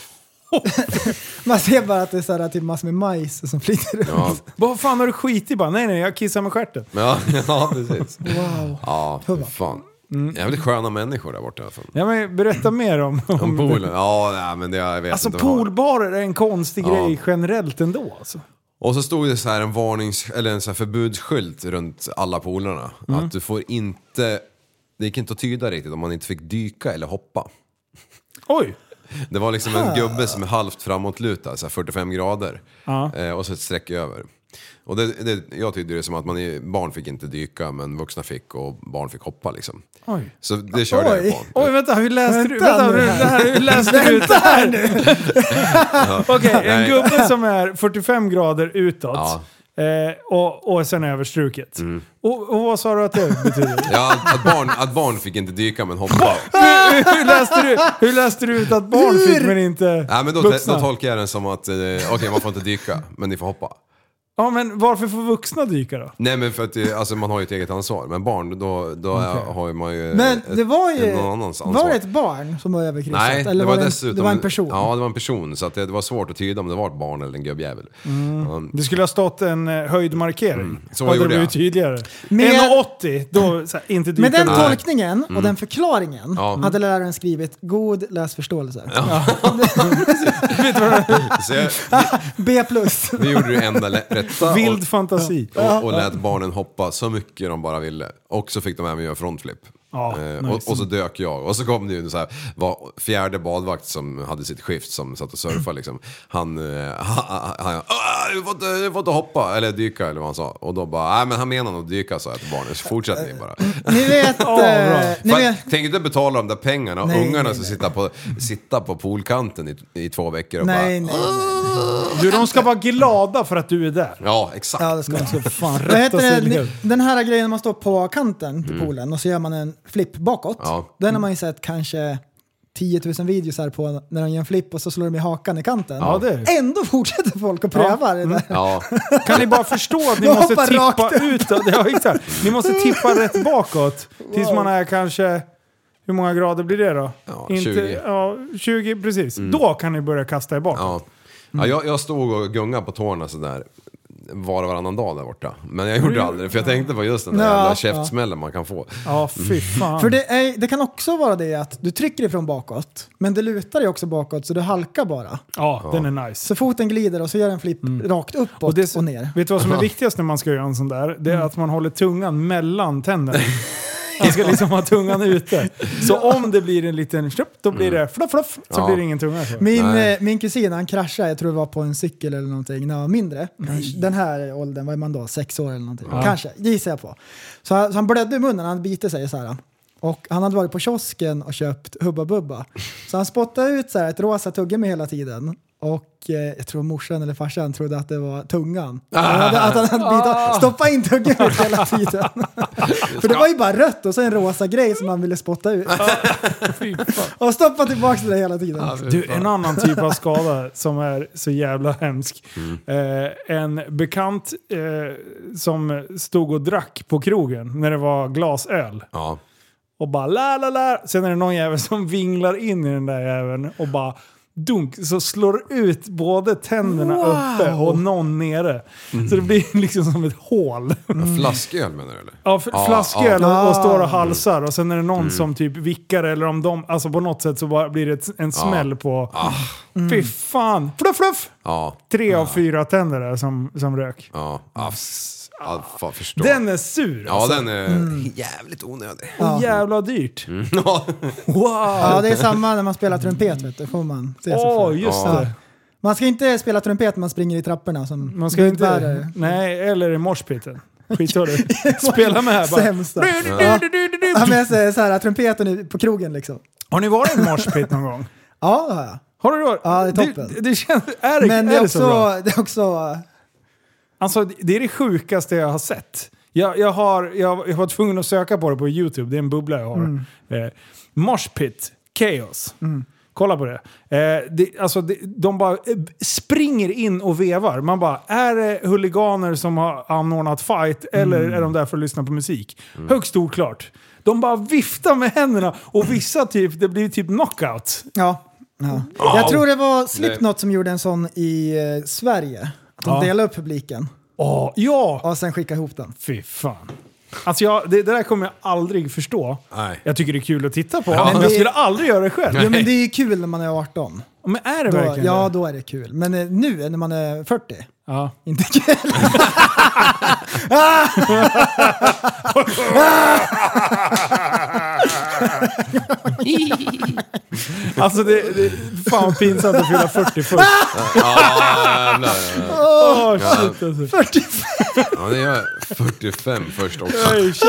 Man ser bara att det är så här, typ massor med majs som flyter runt. Ja. Vad fan har du skit i bara? Nej, jag kissar med stjärten. Ja, precis. Wow. Ja, för fan. Jävligt sköna människor där borta i alla fall. Ja, men berätta mer om poolen. Ja, men det jag vet alltså, inte. poolbarer är en konstig grej generellt ändå. Alltså. Och så stod det så här en eller en så här förbudsskylt runt alla poolerna. Att du får inte, det gick inte att tyda riktigt om man inte fick dyka eller hoppa. Oj! Det var liksom en gubbe som är halvt framåtlutad, så här 45 grader. Och så ett streck över. Och jag tyckte det som att barn fick inte dyka, men vuxna fick och barn fick hoppa liksom. Oj. Så det körde jag på. Oj, vänta, hur läste du ut det här nu? Okej, en gubbe som är 45 grader utåt. Ja. Och sen överstruket. Och vad sa du att det betyder? Ja, att barn fick inte dyka men hoppa. Hur läste du ut att barn fick men inte men då tolkar jag den som att okej, man får inte dyka men ni får hoppa. Ja, men varför får vuxna dyka då? Nej, men för att alltså, man har ju ett eget ansvar. Men barn, då har man ju men det var ju någon annans ansvar. Var det ett barn som var överkryssat? Nej, eller det var en person? Ja, det var en person. Så att det var svårt att tyda om det var ett barn eller en gubbjävel. Det skulle ha stått en höjdmarkering. Så gjorde det blivit tydligare. 1,80, då så här, inte dyka. Med den tolkningen och den förklaringen hade läraren skrivit god läsförståelse. Ja. B+. Vi gjorde det enda rätt sitta Vild fantasi. och lät barnen hoppa så mycket de bara ville. Och så fick de även göra frontflip. Ja, nice. Och så dök jag. Och så kom det ju så här, var fjärde badvakt som hade sitt skift som satt och surfade liksom. Han du får inte hoppa eller dyka eller vad han sa. Och då bara, nej men han menar nog dyka, så att barnen, så fortsätter ni bara. Ni vet... Tänk inte betala de där pengarna och ungarna ska sitta på poolkanten i 2 veckor och Nej. Du, de ska vara glada för att du är där. Ja, exakt. Ja, det ska man. Fan, Vad heter rätta det? Den här grejen när man står på kanten på poolen och så gör man en flip bakåt. Ja. Den har man ju sett kanske 10 000 videos här på när de gör en flip och så slår de i hakan i kanten. Ja, det. Ändå fortsätter folk att pröva det där. Ja. Kan ni bara förstå att ni De måste hoppar tippa rakt ut? Ja, exakt. Ni måste tippa rätt bakåt. Tills man är kanske... Hur många grader blir det då? Ja, Inte, 20. Ja, 20 precis. Då kan ni börja kasta er bakåt. Ja. Ja, jag stod och gungade på tårna sådär var och varannan dag där borta. Men jag gjorde aldrig, för jag tänkte på just den där jävla käftsmällen man kan få. Ja, fy fan. För det kan också vara det att du trycker ifrån bakåt, men det lutar ju också bakåt så du halkar bara. Ja, den är nice. Så foten glider och så gör en flip rakt uppåt och ner. Vet du vad som är viktigast när man ska göra en sån där? Det är att man håller tungan mellan tänderna. Man ska liksom ha tungan ute. Så om det blir en liten snupp, då blir det fluff, så blir det ingen tunga. Min kusin, han kraschade, jag tror det var på en cykel eller någonting, när han var mindre. Den här åldern, vad är man då? 6 år eller någonting. Kanske, gissar jag på. Så han blödde i munnen, han biter sig så här. Och han hade varit på kiosken och köpt Hubba Bubba. Så han spottade ut så här ett rosa tuggummi hela tiden. Och jag tror morsan eller farsan trodde att det var tungan. Att han hade stoppat in tuggummit hela tiden. För det var ju bara rött och så en rosa grej som han ville spotta ut. Och stoppa tillbaka det hela tiden. Du, en annan typ av skada som är så jävla hemsk. En bekant som stod och drack på krogen när det var glasöl. Ja. Och bara la. Sen är det någon jävel som vinglar in i den där jäveln och bara dunk, så slår ut både tänderna uppe och någon nere. Så det blir liksom som ett hål. Flasköl menar du eller? Ja, flasköl och står och halsar. Och sen är det någon som typ vickar, eller om de, alltså på något sätt så bara blir det en smäll på. Fy fan. Fluff! 3 av 4 tänder där som rök. Förstår. Den är sur. Ja, alltså. Den är jävligt onödig. Och jävla dyrt. Wow. Ja, det är samma när man spelar trumpet, vet du. Får man se sig för. Just det. Man ska inte spela trumpet när man springer i trapporna. Som man ska inte. Nej, eller i morspiten. Skitår du. Spela med här bara. Sämsta. Ja, men jag säger så här, trumpeten på krogen liksom. Har ni varit i morspit någon gång? Ja, det har jag. Har du då? Ja, det är toppen. Det känns, är det, men är det så bra? Det är också... Alltså, det är det sjukaste jag har sett. Jag var tvungen att söka på det på YouTube. Det är en bubbla jag har. Moshpit Chaos. Kolla på det. De bara springer in och vevar. Man bara, är det huliganer som har anordnat fight eller är de där för att lyssna på musik? Högst oklart. De bara viftar med händerna och vissa typ, det blir typ knockout. Ja. Jag tror det var Slipknot som gjorde en sån i Sverige. De delar upp publiken. Ja! Och sen skicka ihop den. Fy fan. Alltså det där kommer jag aldrig förstå. Nej. Jag tycker det är kul att titta på. Men jag skulle aldrig göra det själv. Jo, men det är kul när man är 18. Men är det verkligen Ja, det? då är det kul. Men nu när man är 40. Ja. Inte kul. Alltså det fan pinsamt att fylla 40 först. Shit alltså. 45. Ja, det är 45 först också.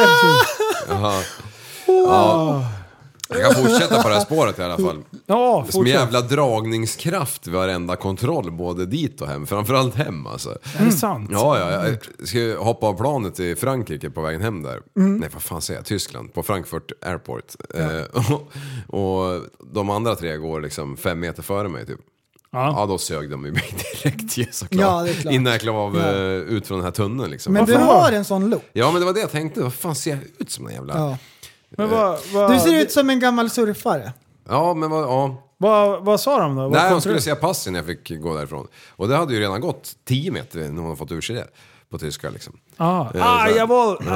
Jag kan fortsätta på det här spåret i alla fall. Ja, som jävla dragningskraft varenda kontroll, både dit och hem. Framförallt hem alltså. Är det sant? Ja, jag ska hoppa av planet i Frankrike på vägen hem där. Nej, vad fan säger jag? Tyskland, på Frankfurt Airport. Och de andra 3 går liksom 5 meter före mig typ. Ja, då sög de ju mig direkt såklart. Ja, det är klart. Innan jag klev av ut från den här tunneln liksom. Men du har en sån look. Ja, men det var det jag tänkte. Vad fan ser jag ut som en jävla... Ja. Men du ser ut som en gammal surfare. Ja, men vad sa de då? Nej, de skulle säga passen när jag fick gå därifrån. Och det hade ju redan gått 10 meter när man fått ur sig det på tyska liksom.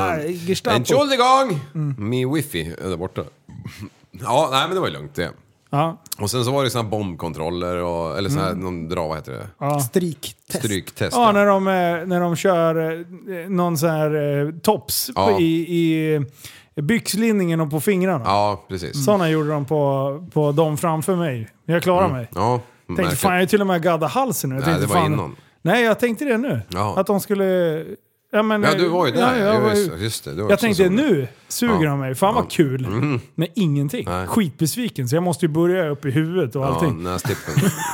Gestapo. Entschuldigung! Min wifi är där borta. Ja, nej men det var ju lugnt det. Ja. Och sen så var det såna bombkontroller och, eller så här, någon dra, vad heter det? Ja. Stryktest. Ja, när de kör någon så här tops i byxlinningen och på fingrarna. Ja, precis. Sådana gjorde de på dem framför mig. Jag klarar mig. Ja, Tänkte fan, jag är till och med gadda halsen nu. Nej, det var innan. Nej, jag tänkte det nu. Ja. Att de skulle... Ja, men, du var ju där. Just det, jag tänkte nu suger de mig. Fan vad kul. Men ingenting. Nej. Skitbesviken. Så jag måste ju börja upp i huvudet och allting. Ja, nästippen.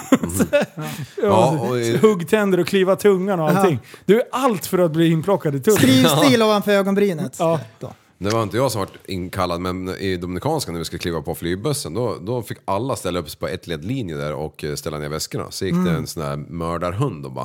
Huggtänder och kliva tungan och allting. Du är allt för att bli inplockad i tungan. Skrivstil ovanför ögonbrynet. Ja. Det var inte jag som var inkallad, men i Dominikanska när vi skulle kliva på flygbussen, då fick alla ställa upp på ett ledlinje där och ställa ner väskorna. Så gick det en sån här mördarhund och bara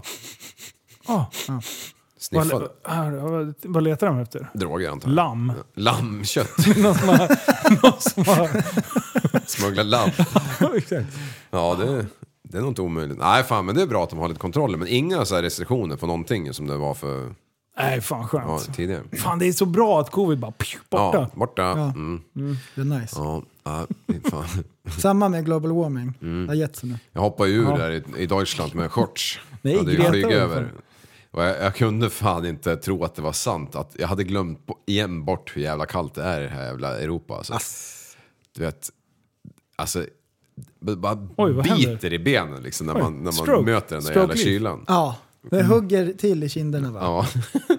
sniffade. Vad letar de efter? Droger antar jag. Lamm. Lammkött. Någon som har... Smuggla lamm. Exakt. Ja, det är nog inte omöjligt. Nej fan, men det är bra att de har lite kontroller. Men inga så här restriktioner på någonting som det var för... Nej, fan skönt. Tidigare. Fan, det är så bra att covid bara borta. Ja, borta. Ja. Det är nice. Ja, fan. Samma med global warming. Det har gett sig nu. Jag hoppade ju ur där i Deutschland med shorts. Nej, jag hade ju Greta flyg var det över. Och jag kunde fan inte tro att det var sant. Att jag hade glömt igen bort hur jävla kallt det är i det här jävla Europa. Alltså. Du vet, alltså... bara biter i benen liksom, när man möter den där jävla kylan. Ja, det hugger till i kinderna va? Ja.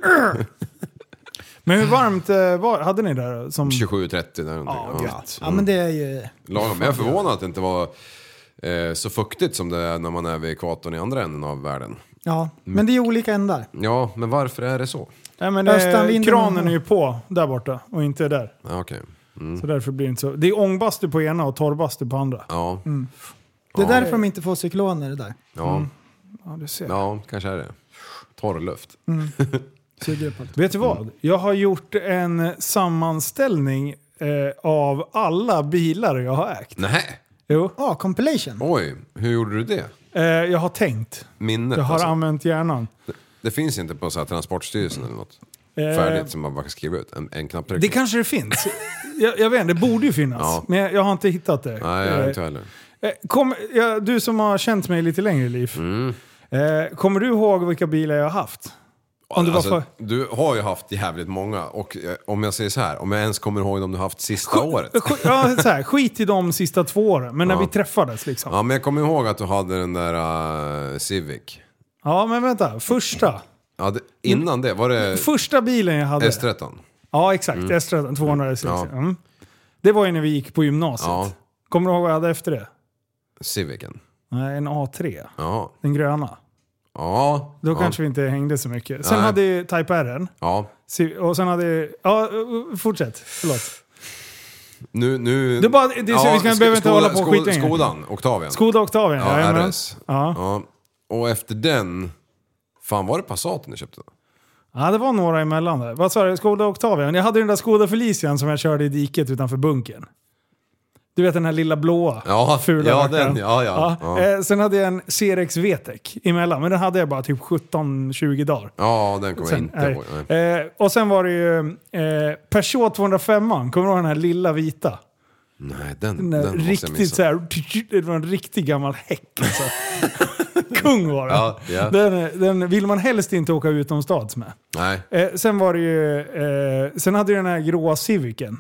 Men hur varmt hade ni där? Som... 27-30 där någonting. Ja, men det är ju... Lagom. Men jag är förvånad att det inte var så fuktigt som det är när man är vid ekvatorn i andra änden av världen. Ja, men det är olika ändar. Ja, men varför är det så? Nej, men kranen är ju på där borta och inte där. Ja, okej. Så därför blir det inte så. Det är ångbastu på ena och torrbastu på andra. Ja. Det är därför de inte får cykloner där. Ja. Ja, du ser. Ja, kanske är det. Torr luft. Vet du vad? Jag har gjort en sammanställning av alla bilar jag har ägt. Nej. Jo. Compilation. Oj, hur gjorde du det? Jag har tänkt. Minnet Jag har alltså. använt hjärnan. Det finns inte på så här Transportstyrelsen eller något färdigt som man bara kan skriva ut en knapptryck. Det kanske det finns. Jag vet inte, det borde ju finnas. Ja. Men jag har inte hittat det. Nej, jag inte heller. Du som har känt mig lite längre, Liv. Kommer du ihåg vilka bilar jag har haft? Du har ju haft jävligt många. Och om jag säger så här, om jag ens kommer ihåg dem du har haft sista året. Ja, så här, skit i de sista 2 åren. Men när vi träffades liksom. Ja, men jag kommer ihåg att du hade den där Civic. Ja, men vänta. Första. Ja, innan det var det... Första bilen jag hade. S13. Ja, exakt. S13, 200 S. Ja. Det var ju när vi gick på gymnasiet. Ja. Kommer du ihåg vad jag hade efter det? Civicen. Nej, en A3. Ja. Den gröna. Ja. Då kanske vi inte hängde så mycket. Sen hade jag Type R. Ja. Och sen hade... Ja, fortsätt. Förlåt. Nu... Det bara, vi behöver inte hålla på skit längre. Skodan, Octavian. Skoda Octavian, ja. RS. Ja. Och efter den... Fan, var det Passaten du köpte då? Ja, det var några emellan där. Vad sa du? Skoda Octavian? Jag hade den där Skoda Felician som jag körde i diket utanför bunkern. Du vet den här lilla blåa, fula den. Ja. Sen hade jag en CRX VTEC emellan, men den hade jag bara typ 17-20 dagar. Ja, den kommer jag inte ihåg. Och sen var det ju Peugeot 205, kommer du ihåg den här lilla vita? Nej, den riktigt så här, det var en riktig gammal häck alltså. Kung var den. Ja. Den vill man helst inte åka utomstads med. Nej. Sen var det ju sen hade jag den här gråa Civicen.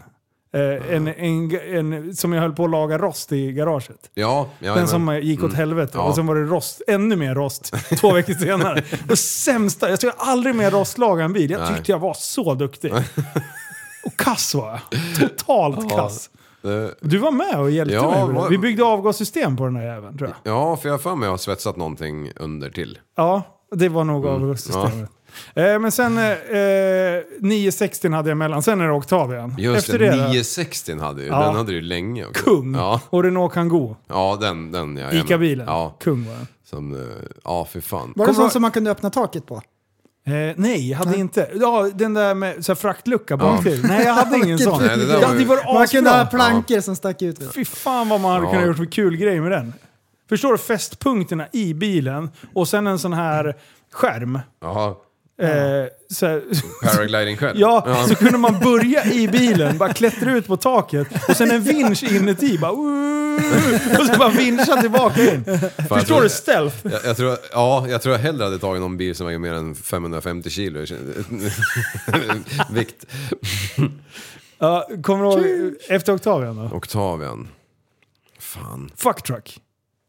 En som jag höll på att laga rost i garaget. Den som gick åt helvete. Och sen var det rost, ännu mer rost 2 veckor senare. Det sämsta, jag skulle aldrig mer rostlaga en bil. Jag tyckte jag var så duktig. Och kass var jag. Totalt kass. Du var med och hjälpte mig med det. Vi byggde avgassystem på den här jäveln, tror jag. Ja, för jag för mig har svetsat någonting under till. Ja, det var nog avgassystemet. Men sen 960 hade jag mellan. Sen är det Octavian. Just efter det 960 hade ju. Den hade du länge också. Kung. Ja. Och Renault Kangoo. Ja, den ja. Ica-bilen. Ja. Kung var den. Som, för fan. Var det sånt som man kunde öppna taket på? Nej, jag hade inte. Ja, den där med så här fraktlucka bak till. Nej, jag hade ingen sån. Man kunde ha plankor som stack ut. Fy fan vad man hade kunnat gjort för kul grej med den. Förstår du? Fästpunkterna i bilen och sen en sån här skärm. Jaha. Paragliding själv. Ja, så kunde man börja i bilen, bara klättra ut på taket och sen en vinsch inuti bara Och så bara vinschar tillbaka in. Förstår du stealth? Jag tror jag hellre hade tagit någon bil som väger mer än 550 kilo vikt. Ja, kommer du ihåg efter Octavian då? Octavian. Fan. Fuck truck.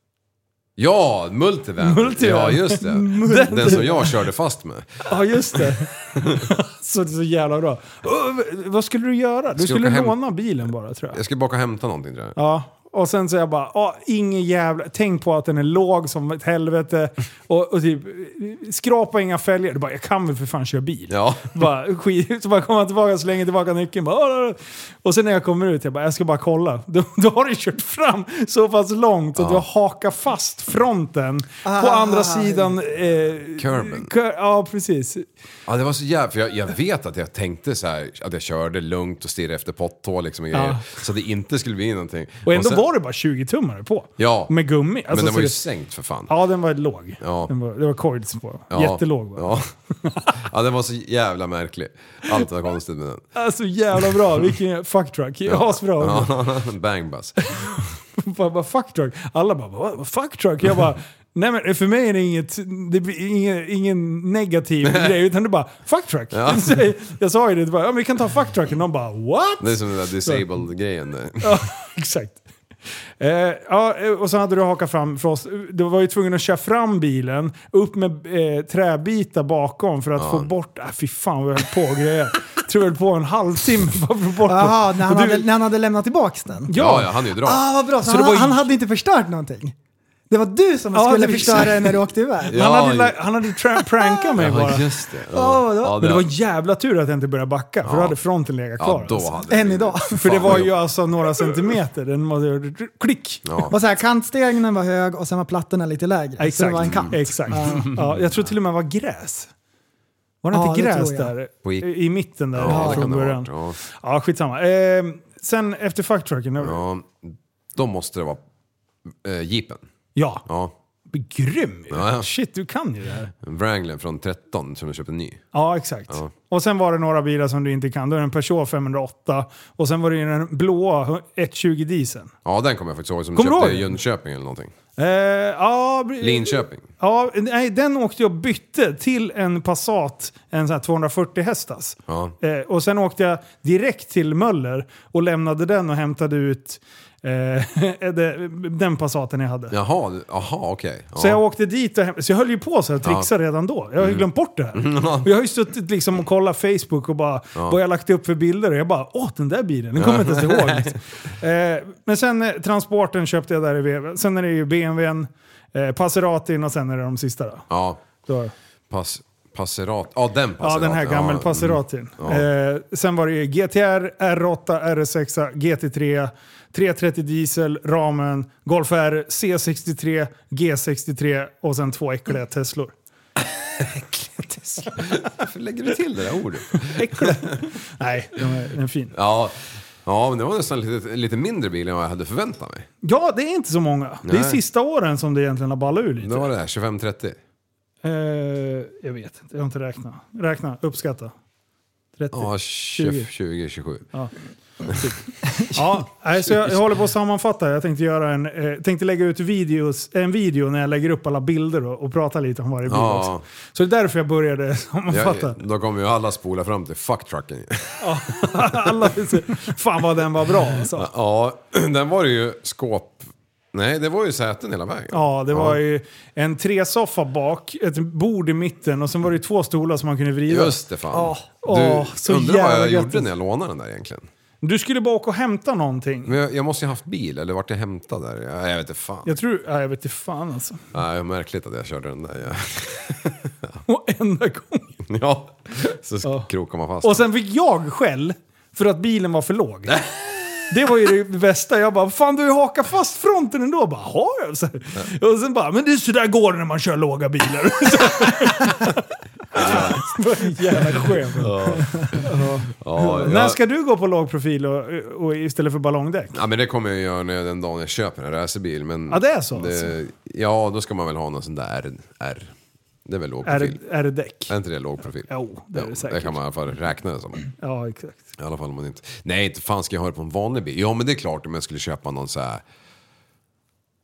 Ja, Multivan. Ja, just det. Den som jag körde fast med. Ja, just det. Så det är så jävla bra. Vad skulle du göra? Du skulle låna bilen bara, tror jag. Jag skulle bara hämta någonting, tror jag. Ja. Och sen så jag bara, ingen jävla... Tänk på att den är låg som ett helvete. Och typ, skrapa inga fälgar. Du bara, jag kan väl för fan köra bil. Ja. Bara, skit. Så bara kommer tillbaka, slänger tillbaka nyckeln. Bara, och sen när jag kommer ut, jag ska bara kolla. Då har du kört fram så pass långt att du har hakat fast fronten på andra sidan... Curben. Ja, precis. Ja, det var så jävla... För jag vet att jag tänkte så här, att jag körde lugnt och stirrade efter potthål liksom och grejer. Så det inte skulle bli någonting. Och ändå var det bara 20-tummare på. Ja. Med gummi. Alltså, men den var ju sänkt för fan. Ja, den var låg. Ja. Det var coils på. Ja. Jättelåg. Ja. Ja, den var så jävla märklig. Allt var konstigt med den. Alltså jävla bra. Vilken fuck truck. Ja, asbra. Ja. Bang bus. Bara fuck truck. Alla bara, vad fuck truck? Jag bara... Nej, men för mig är det ingen negativ grej, utan det är bara fuck truck. Ja. Jag sa ju det, bara, vi kan ta fuck trucken. Och de bara, what? Det är som den där disabled-grejen. Ja, exakt. Och så hade du hakat fram för oss. Du var ju tvungen att köra fram bilen upp med träbitar bakom för att få bort... fy fan vad jag höll på grejer. Tror jag på en halvtimme för att få bort. Jaha, när han hade lämnat tillbaks den. Ja, han är ju dra. Vad bra. Så han hade inte förstört någonting. Det var du som skulle förstöra när du åkte iväg. Ja, han hade prankat mig bara. Just det. Men det var jävla tur att jag inte började backa. För då hade fronten legat kvar. Ja, alltså. Än idag. För det var ju alltså några centimeter. Den var klick. Ja. Och så här, kantstegen var hög och sen var plattorna lite lägre. Exakt. Så det var en kant. Exakt. Ja, jag tror till och med det var gräs. Var det inte gräs där? I mitten där. Ja, från början. Ja, skitsamma. Sen efter fucktrucken. Ja, då måste det vara jeepen. Ja. Grym. Ja. Shit, du kan ju det här. Wrangler från 13 som jag köpte ny. Ja, exakt. Ja. Och sen var det några bilar som du inte kan. Då är det en Peugeot 508. Och sen var det den blåa 120 dieseln. Ja, den kommer jag faktiskt ihåg som köpte i Jönköping eller någonting. Linköping. Ja, nej, den åkte jag bytte till en Passat, en sån här 240 hästas. Ja. Och sen åkte jag direkt till Möller och lämnade den och hämtade ut den Passaten jag hade. Jaha, okej. Ja. Så jag åkte dit så jag höll ju på så här trixa redan då. Jag har ju glömt bort det här. Och jag har ju suttit liksom och kollat Facebook och bara vad jag lagt upp för bilder och jag bara, den där bilen, den kommer jag inte ihåg. Liksom. Men sen transporten köpte jag där i veven. Sen är det ju BMWn, Passeratin och sen är det de sista då. Ja. Så. Passerat. Ja, den Passerat. Ja, den här gamla Passeratin. Sen var det ju GTR, R8, RS6, GT3, 330 diesel, ramen, Golf R, C63, G63 och sen 2 äckliga Teslor. Äckliga Teslor? Varför lägger du till det där ordet? Äckliga? Nej, den är fin. Ja, men det var nästan lite mindre bil än vad jag hade förväntat mig. Ja, det är inte så många. Nej. Det är sista åren som det egentligen har ballat ur lite. Det var det här, 25-30. Jag vet inte, jag har inte räknat. Uppskatta. 30, ja, 20-27. Ja. Så jag håller på att sammanfatta. Jag tänkte lägga ut en video när jag lägger upp alla bilder och prata lite om varje bil också. Så det är därför jag började sammanfatta. Då kommer ju alla spola fram till fucktrucken. Alla, fan vad den var bra alltså. Ja, den var ju skåp. Nej, det var ju säten hela vägen. Ja, det var ju en 3-soffa bak, ett bord i mitten och sen var det 2 stolar som man kunde vrida. Just det, fan. Så undrar vad jag gjorde när jag lånade den där egentligen. Du skulle bara åka och hämta någonting. Men jag måste ju ha haft bil, eller vart jag hämtade där? Jag vet inte fan. Jag vet inte fan alltså. Nej, det är märkligt att jag körde den där. Och enda gången. Ja, så krokar man fast. Och sen fick jag skäll för att bilen var för låg. Det var ju det bästa. Jag bara, fan du har hakat fast fronten ändå. Bara, har jag? Och sen bara, men det är så där går det när man kör låga bilar. Jävla skönt. När ska du gå på låg profil och istället för ballongdäck? Ja, men det kommer jag göra den dagen jag köper en racerbil. Men det är så alltså. Ja, då ska man väl ha någon sån där R. Det är väl låg profil. Är det däck? Är inte det låg profil? Jo, det är det säkert. Det kan man i alla fall räkna det som. Ja, exakt. I alla fall om man inte... Nej, inte fan ska jag ha det på en vanlig bil. Ja, men det är klart om jag skulle köpa någon så här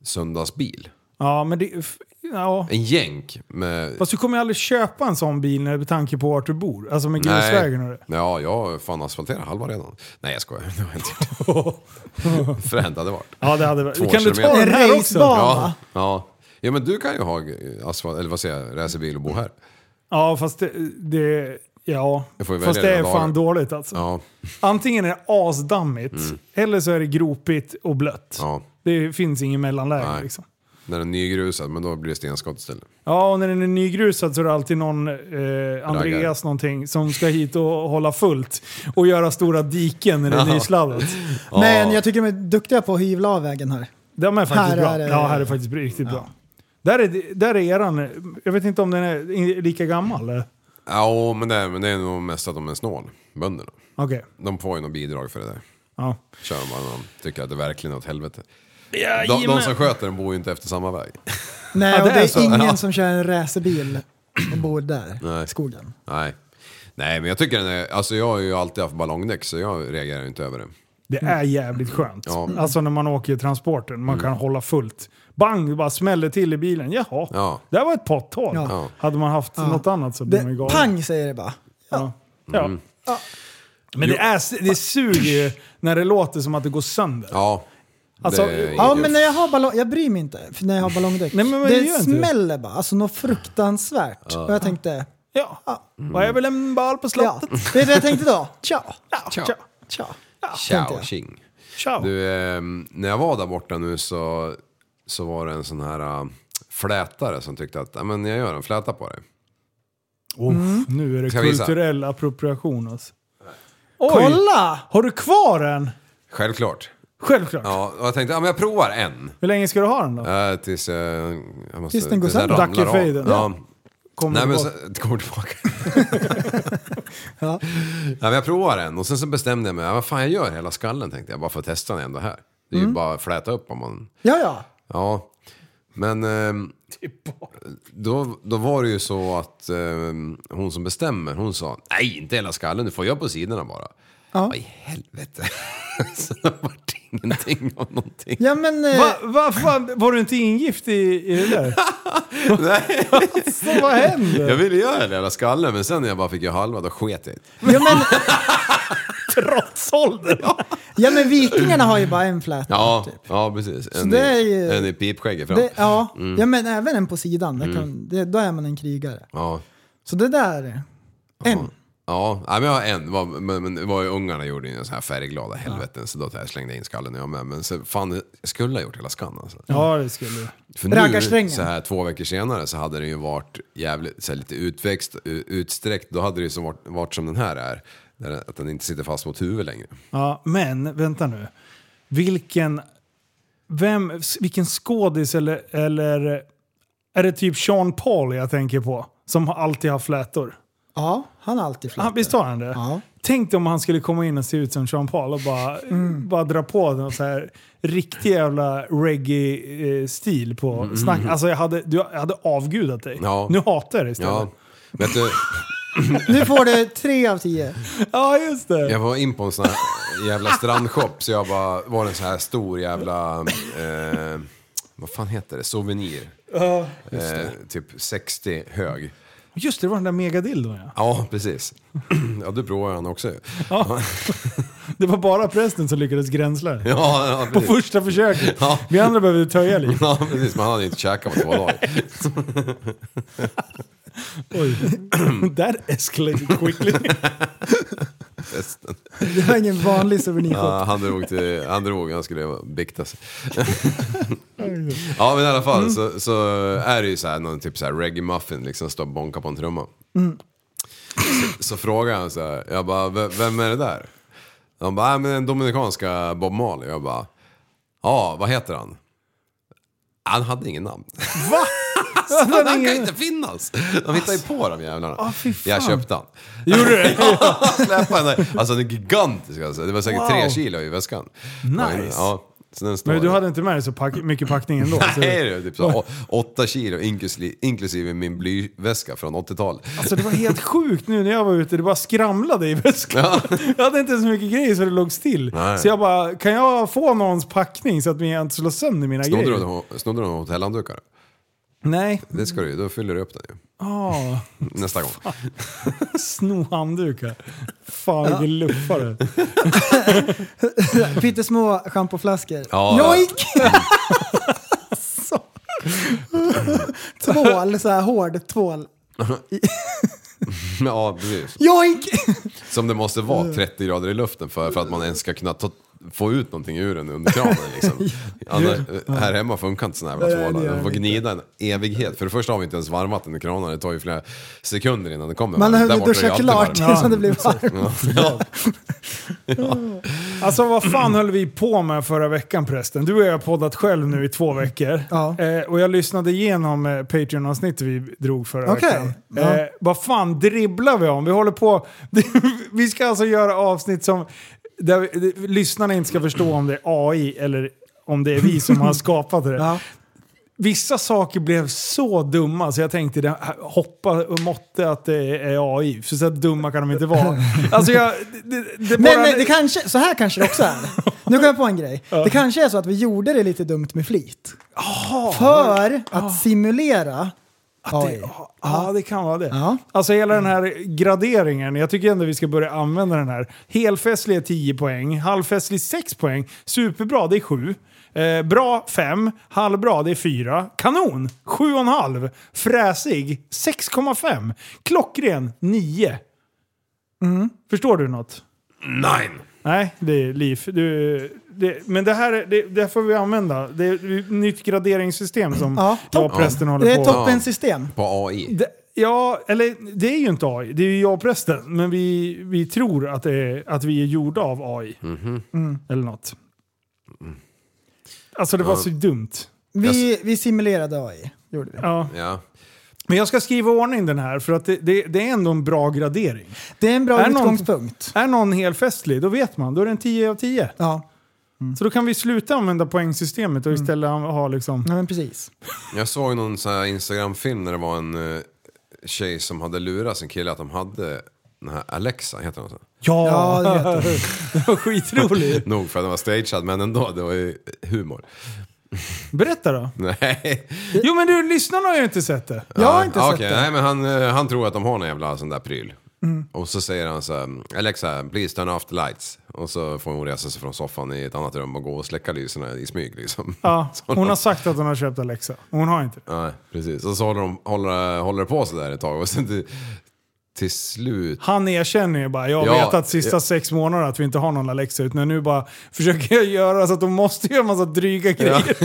söndagsbil. Ja, men det... Ja. En jänk med... Fast du kommer aldrig köpa en sån bil med tanke på vart du bor. Alltså med grusvägen och det. Ja, jag fan asfalterar halva redan. Nej, jag skojar. Det var inte gjort. Fränt hade det varit. Ja, det hade varit. 2 Kan du ta kilometer. den här också? Ja. Ja, men du kan ju ha asfalt, eller vad säger jag, racerbil och bo här. Ja, fast det ja. Fast det är fan dåligt alltså. Ja. Antingen är det asdammigt, eller så är det gropigt och blött. Ja. Det finns ingen mellanläge liksom. När den är nygrusad, men då blir det stenskott istället. Ja, och när den är nygrusad så är det alltid någon Andreas någonting som ska hit och hålla fullt och göra stora diken när det är nysladdat. Men jag tycker de är duktiga på att hyvla av vägen här. De är faktiskt här bra. Är det... Ja, här är faktiskt riktigt bra. Där är eran, jag vet inte om den är lika gammal eller? Ja, men det är nog mest att de är snål, bönderna. Okej. De får ju något bidrag för det där. Ja. Kör man när de tycker att det verkligen är åt helvete. Ja, De som sköter den bor ju inte efter samma väg. Nej, och det det är är så. ingen som kör en racerbil och bor där i skogen. Nej, men jag tycker den är... Alltså jag har ju alltid haft ballongdäck, så jag reagerar inte över det. Det är jävligt skönt. Ja. Alltså när man åker i transporten, man kan hålla fullt. Bang, det bara smäller till i bilen. Jaha, det var ett potthål. Ja. Hade man haft något annat så blir man galen. Pang säger det bara. Ja. Men det suger ju när det låter som att det går sönder. Ja. Alltså, men när jag har jag bryr mig inte för när jag har ballongdäck. Nej, men det smäller bara, alltså något fruktansvärt. Och jag tänkte, vad är väl en bal på slottet? vet du vad jag tänkte då? Ciao. Ciao, tjing. Ciao. Du, när jag var där borta nu så var det en sån här flätare som tyckte att men jag gör en fläta på dig. Nu är det kulturell appropriation. Alltså. Oj. Kolla! Har du kvar den? Självklart. Ja, och jag tänkte, jag provar en. Hur länge ska du ha den då? Tills jag måste... Tills den går sönder. Dackefejden. Ja. Kommer kommer tillbaka. Men jag provar en och sen så bestämde jag mig, vad fan jag gör hela skallen tänkte jag, bara för att testa den ändå här. Det är ju bara att fläta upp om man... Ja. Men då var det ju så att hon som bestämmer, hon sa, nej inte hela skallen, du får göra på sidorna bara. Ja. Vad i helvete. Så det var ingenting av någonting. Ja, men... Var du inte ingift i det där? Nej. Så vad hände? Jag ville göra det hela skallen, men sen när jag bara fick göra halva, då sket jag. Ja, men... Trots ålder. Ja, men vikingarna har ju bara en fläta. Ja, typ. Ja, precis. En i pipskägget fram. Ja, men även en på sidan. Då är man en krigare. Ja. Så det där... En. Ja, men jag har en. Men det var ju ungarna gjorde ju en sån här färgglada helveten. Så då slängde jag in skallen jag med. Men så, fan, jag skulle ha gjort hela skallen alltså. Ja, det skulle du. För nu, så här 2 veckor senare, så hade den ju varit jävligt, så här, lite utsträckt. Då hade det ju som varit som den här är. Att den inte sitter fast mot huvudet längre. Ja, men vänta nu. Vilken skådis eller är det typ Sean Paul jag tänker på? Som alltid har flätor. Ja, han har alltid flätor. Visst har han det? Ja. Tänk om han skulle komma in och se ut som Sean Paul och bara dra på den så här riktig jävla reggae-stil på snack. Alltså jag hade avgudat dig. Ja. Nu hatar jag det istället. Ja. Vet du... Nu får du 3 av 10. Ja, just det. Jag var in på en sån här jävla strandshop, så jag bara var en så här stor jävla vad fan heter det? Souvenir. Typ 60 hög. Just det, var den där megadildon Ja, precis. Ja, du provade han också. Ja. Det var bara prästen som lyckades gränsla. Ja, på första försöket. Ja. Vi andra behövde töja lite. Ja, precis. Man hade inte käkat på 2 dagar. Oj, that escalated quickly. Det var ingen vanlig souvenirshop. Ja, han skulle bikta sig. Ja, men i alla fall så är det ju så här någon typ så här reggae muffin liksom, står och bonkar på en trumma. Så frågar han så här, jag bara, vem är det där? Han bara, men den dominikanska Bob Marley. Jag bara, vad heter han? Han hade ingen namn. Va? Han kan inte finnas. De hittar ju på dem jävlarna. Jag köpte han. Gjorde du det? Släppa den där. Alltså den är gigantisk alltså. Det var säkert 3 kilo i väskan. Nice. Ja. Så den står Men du hade inte med dig så mycket packning ändå? Nej, det är typ så 8 kilo inklusive min blyväska från 80-talet. Alltså det var helt sjukt nu när jag var ute. Det bara skramlade i väskan. Jag hade inte så mycket grejer så det låg still. Nej. Så jag bara, kan jag få någons packning så att jag inte slår sönder mina grejer? Snodde du någon hotellhanddukar? Nej. Det ska du ju, då fyller du upp den ju. Nästa gång. Sno handdukar. Fan vilken luffare. Pyttesmå schampoflaskor. Joink! Tvål, så här hård tvål. Ja, precis. Joink! Som det måste vara 30 grader i luften för att man ens ska kunna få ut någonting ur den under kranen liksom. Här hemma funkar inte såna här tvålar. Den får gnida en evighet. För det första har vi inte ens varmat den i kranen. Det tar ju flera sekunder innan det kommer. Man behöver duscha klart så det blir varmt. Alltså vad fan höll vi på med förra veckan prästen? Du och jag har poddat själv nu i 2 veckor. Och jag lyssnade igenom Patreon-avsnittet vi drog förra veckan. Vad fan dribblar vi om? Vi håller på... vi ska alltså göra avsnitt som... där lyssnarna inte ska förstå om det är AI eller om det är vi som har skapat det. Vissa saker blev så dumma så jag tänkte hoppa och måtte att det är AI. För så dumma kan de inte vara. Alltså men det kanske, så här kanske det också är. Nu kommer jag på en grej. Det kanske är så att vi gjorde det lite dumt med flit. För att simulera AI. Ja, det kan vara det. Alltså hela den här graderingen, jag tycker ändå vi ska börja använda den här. Helfestlig är 10 poäng, halvfestlig 6 poäng, superbra det är 7. Bra 5, halvbra det är 4, kanon 7,5, fräsig 6,5, klockren 9. Förstår du något? Nej, det är liv. Men det här det får vi använda. Det är ett nytt graderingssystem som jag och prästen håller på. Det är toppensystem. På AI. Eller det är ju inte AI. Det är ju jag och prästen. Men vi tror att vi är gjorda av AI. Eller något. Alltså det var så dumt. Vi simulerade AI, gjorde vi. Ja. Men jag ska skriva ordning den här för att det är ändå en bra gradering. Det är en bra utgångspunkt. Är någon helfestlig, då vet man. Då är det en 10 av 10. Så då kan vi sluta använda poängsystemet och istället ha liksom... Ja, men precis. Jag såg någon sån här Instagram-film när det var en tjej som hade lurat sin kille att de hade den här Alexa, heter den så? Ja, det var skitroligt. Nog för att den var stagead, men ändå, det var ju humor. Berätta då. Nej. Jo, men du, lyssnarna har ju inte sett det. Jag har inte sett det. Nej, men han tror att de har en jävla sån där pryl. Och så säger han så här: Alexa, please turn off the lights. Och så får hon resa sig från soffan i ett annat rum och gå och släcka lyserna i smyg liksom. Ja, hon har sagt att hon har köpt Alexa. Hon har inte. Nej, precis. Och så håller det på så där ett tag. Och sen till slut... Han erkänner ju bara, jag vet att sista 6 månader att vi inte har någon Alexa ut. Men nu bara försöker jag göra så att de måste göra en massa dryga grejer.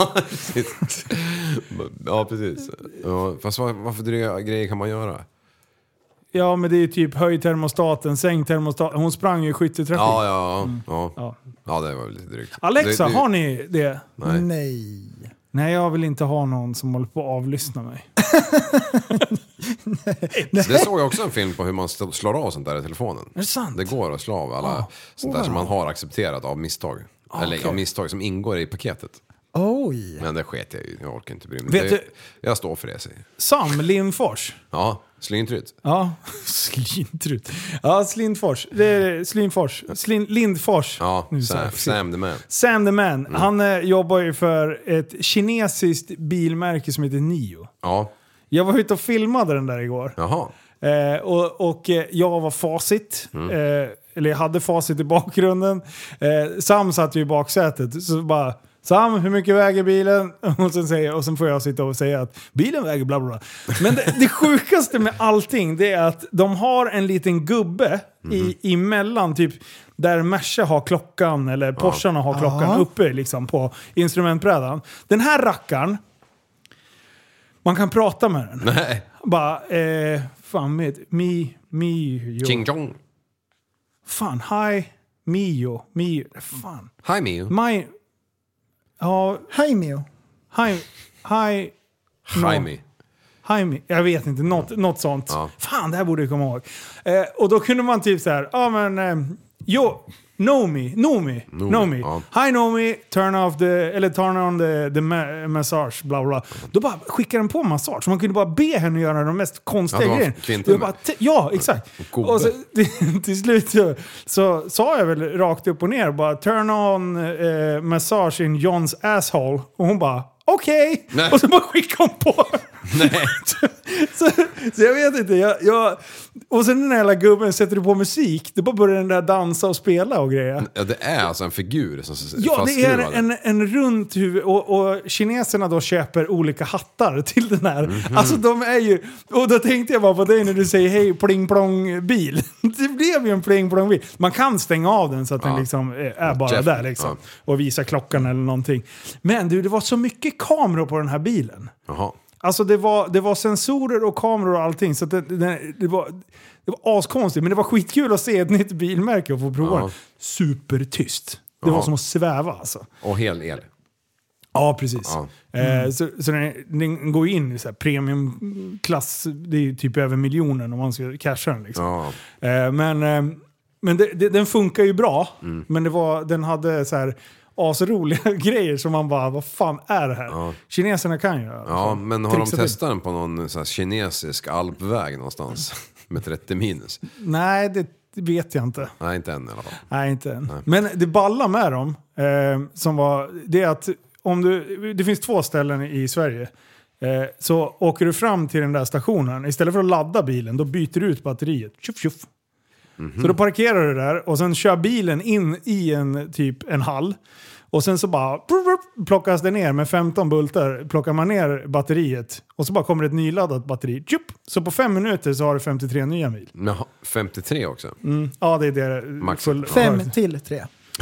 Ja, precis. Ja, fast varför dryga grejer kan man göra? Ja, men det är ju typ höj termostaten, sänk termostaten. Hon sprang ju i skytteltrafik. Ja, det var lite drygt. Alexa, har ni det? Nej, jag vill inte ha någon som håller på att avlyssna mig. Det såg jag också en film på hur man slår av sånt där i telefonen. Är det sant? Det går att slå av alla sånt där som man har accepterat av misstag. Eller av misstag som ingår i paketet. Oj. Men det sket jag ju. Jag orkar inte bry mig. Jag står för det, säger Sam Lindfors. Ja, Slintrytt. Ja, Slintrytt. Ja, Slintfors. Det är Slintfors. Lindfors. Ja, Sam the Man. Sam the Man. Han jobbar ju för ett kinesiskt bilmärke som heter NIO. Ja. Jag var ute och filmade den där igår. Jaha. Och jag var facit. Eller jag hade facit i bakgrunden. Sam satt ju i baksätet. Så bara... Sam, hur mycket väger bilen? Och sen får jag sitta och säga att bilen väger bla bla bla. Men det sjukaste med allting, det är att de har en liten gubbe emellan, typ där Merca har klockan eller Porscharna har klockan uppe liksom på instrumentbrädan. Den här rackaren, man kan prata med den. Nej. Bara, fan med Mio. Ching chong. Fan, hi Mio. Fan. Hi Mio. Ja, Jaimio. Jaime. Jag vet inte, något sånt. Ja. Fan, det här borde jag komma ihåg. Och då kunde man typ så här, Nomi. Ja. Hi Nomi, turn on the massage, bla bla. Då bara skickade den på massage. Så man kunde bara be henne göra de mest konstiga grejerna. Ja, exakt. Och så, till slut så sa jag väl rakt upp och ner bara turn on massage in Johns asshole. Och hon bara okej. Och så bara skickade hon på. Nej. så jag vet inte. Och sen den här jävla gubben sätter du på musik. Det bara börjar den där dansa och spela och grejer. Ja, det är alltså en figur som ja, det är en runt huvud. Och kineserna då köper olika hattar till den här. Mm-hmm. Alltså de är ju... Och då tänkte jag bara på dig när du säger hej pling plong bil. Det blev ju en pling plong bil. Man kan stänga av den så att den liksom är bara där liksom. Och visa klockan eller någonting. Men du, det var så mycket kameror på den här bilen. Jaha. Alltså det var sensorer och kameror och allting. Så det var askonstigt. Men det var skitkul att se ett nytt bilmärke och få prova det. Supertyst. Det var som att sväva alltså. Och hel el. Ja, precis. Ja. Så den går in i så här premiumklass. Det är ju typ över miljonen om man ska casha den liksom. Ja. Men den funkar ju bra. Mm. Men den hade så här... asroliga grejer som man bara, vad fan är det här? Ja. Kineserna kan ju. Ja, men har de testat den på någon så här kinesisk alpväg någonstans med 30 minus? Nej, det vet jag inte. Nej, inte än i alla fall. Nej, inte än. Nej. Men det balla med dem det är att det finns 2 ställen i Sverige. Så åker du fram till den där stationen, istället för att ladda bilen, då byter du ut batteriet. Tjuff. Mm-hmm. Så då parkerar du där och sen kör bilen in i en hall. Och sen så bara plockas det ner med 15 bultar. Plockar man ner batteriet och så bara kommer ett nyladdat batteri. Så på 5 minuter så har du 53 nya mil. Jaha, 53 också? Mm. Ja, det är det. Max. 5 till 3.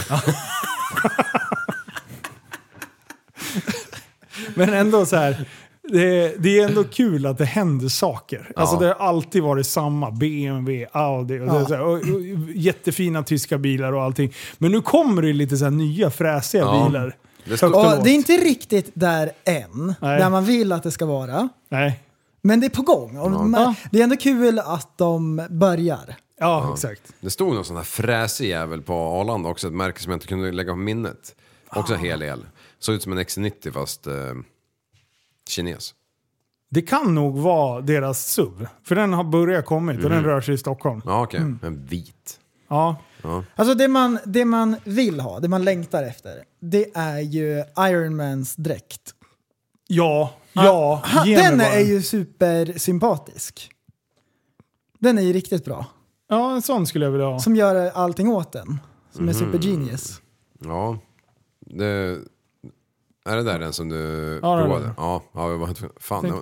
Men ändå så här... Det är ändå kul att det händer saker. Ja. Alltså det har alltid varit samma. BMW, Audi och jättefina tyska bilar och allting. Men nu kommer det lite så här nya fräsiga bilar. Det är inte riktigt där än. Nej. Där man vill att det ska vara. Nej. Men det är på gång. Och det är ändå kul att de börjar. Ja, exakt. Det stod någon sån här fräsig jävel på Arlanda också. Ett märke som jag inte kunde lägga på minnet. Också hel el. Såg ut som en XC90 fast... kines. Det kan nog vara deras SUV. För den har börjat kommit och den rör sig i Stockholm. Ja, okej. En vit. Ja. Alltså det man vill ha, det man längtar efter, det är ju Iron Mans dräkt. Ja. Den är ju supersympatisk. Den är ju riktigt bra. Ja, en sån skulle jag vilja ha. Som gör allting åt den. Som är supergenius. Ja. Är det där den som du provade? Ja, vad fan.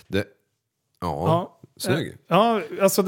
Snygg. Ja, alltså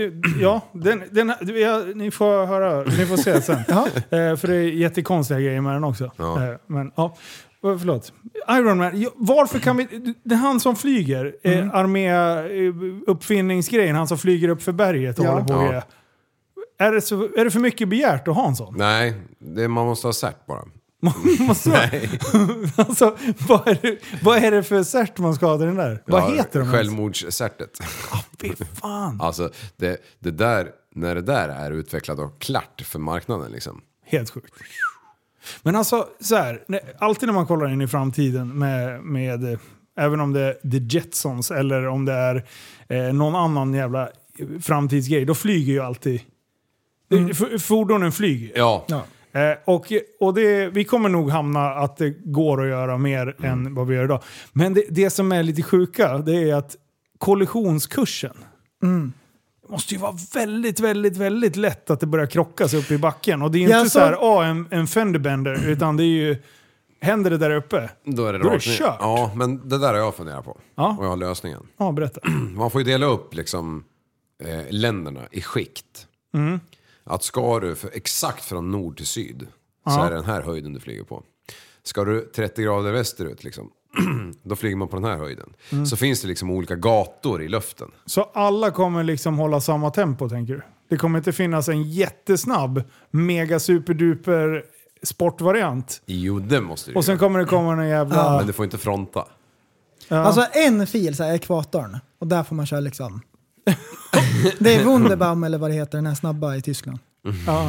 ni får höra, ni får se sen. För det är jättekonstiga grejer med den också. Ja. Men förlåt. Iron Man, varför kan vi... Det är han som flyger, armé-uppfinningsgrejen, han som flyger upp för berget och håller på det. Är det för mycket begärt att ha en sån? Nej, man måste ha cert bara. Nej. Alltså, vad är det för cert man ska ha till den där? Vad heter de? Självmordscertet. Fy fan. Alltså, det där, när det där är utvecklat och klart för marknaden liksom. Helt sjukt. Men alltså, så här, alltid när man kollar in i framtiden med även om det är The Jetsons eller om det är någon annan jävla framtidsgrej, då flyger ju alltid fordonen flyger. Ja. Och vi kommer nog hamna att det går att göra mer än vad vi gör idag. Men det som är lite sjuka, det är att kollisionskursen måste ju vara väldigt, väldigt, väldigt lätt att det börjar krockas upp i backen. Och det är inte så här, en fenderbender, utan det är ju, händer det där uppe, då är det kört. Ja, men det där har jag funderat på. Ja. Och jag har lösningen. Ja, berätta. Man får ju dela upp liksom, länderna i skikt. Att ska du exakt från nord till syd så är det den här höjden du flyger på. Ska du 30 grader västerut liksom, då flyger man på den här höjden. Så finns det liksom olika gator i luften. Så alla kommer liksom hålla samma tempo, tänker du? Det kommer inte finnas en jättesnabb mega superduper sportvariant. Jo, det måste det. Och sen kommer det komma en jävla... Men det får inte fronta. Alltså en fil, så här, ekvatorn. Och där får man köra liksom... Det är Wunderbaum eller vad det heter, den här snabba i Tyskland. Ja.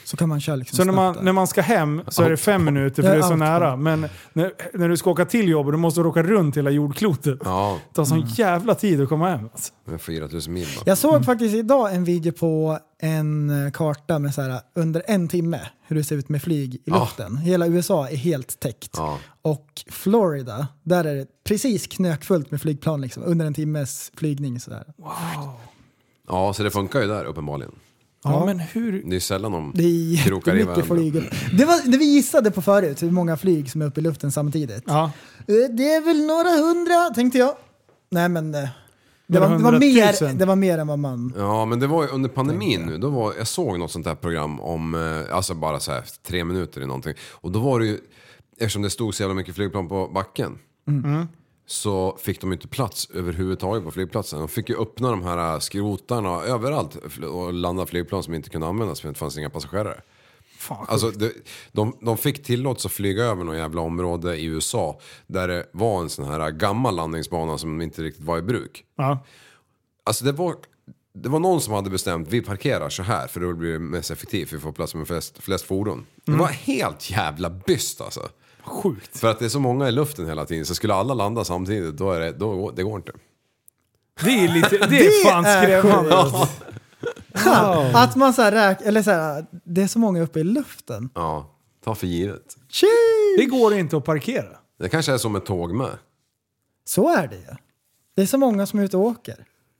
Så kan man köra liksom så när man ska hem så är det 5 minuter för det är så nära. Men när du ska åka till jobbet, du måste åka runt hela jordklotet. Ja. Det tar sån jävla tid att komma hem. Alltså. Med 4000 mil bara. Jag såg faktiskt idag en video på en karta med så här, under 1 timme hur det ser ut med flyg i luften. Hela USA är helt täckt. Ja. Och Florida, där är det precis knökfullt med flygplan liksom, under 1 timmes flygning. Sådär. Wow. Ja, så det funkar ju där uppenbarligen. Ja, men hur? Det är sällan de krokar i varandra. Det vi gissade på förut, hur många flyg som är uppe i luften samtidigt. Ja. Det är väl några 100, tänkte jag. Nej, men det var mer än vad man... Ja, men det var ju under pandemin nu. Jag såg något sånt här program om, alltså bara så här 3 minuter eller någonting. Och då var det ju, eftersom det stod så jävla mycket flygplan på backen. Så fick de inte plats överhuvudtaget på flygplatsen. De fick ju öppna de här skrotarna överallt och landa flygplan som inte kunde användas för det fanns inga passagerare. Alltså de fick tillåts att flyga över någon jävla område i USA där det var en sån här gammal landningsbana som inte riktigt var i bruk. Ja. Alltså det var någon som hade bestämt vi parkerar så här för då blir det mest effektivt, vi får plats med flest fordon. Det var helt jävla byst alltså. Sjukt. För att det är så många i luften hela tiden så skulle alla landa samtidigt det går inte. Det är fan skrämmande. Wow. Att man så här eller så här, det är så många uppe i luften. Ja, ta för givet. Det går inte att parkera. Det kanske är som ett tåg med. Så är det ju. Det är så många som är ute och åker.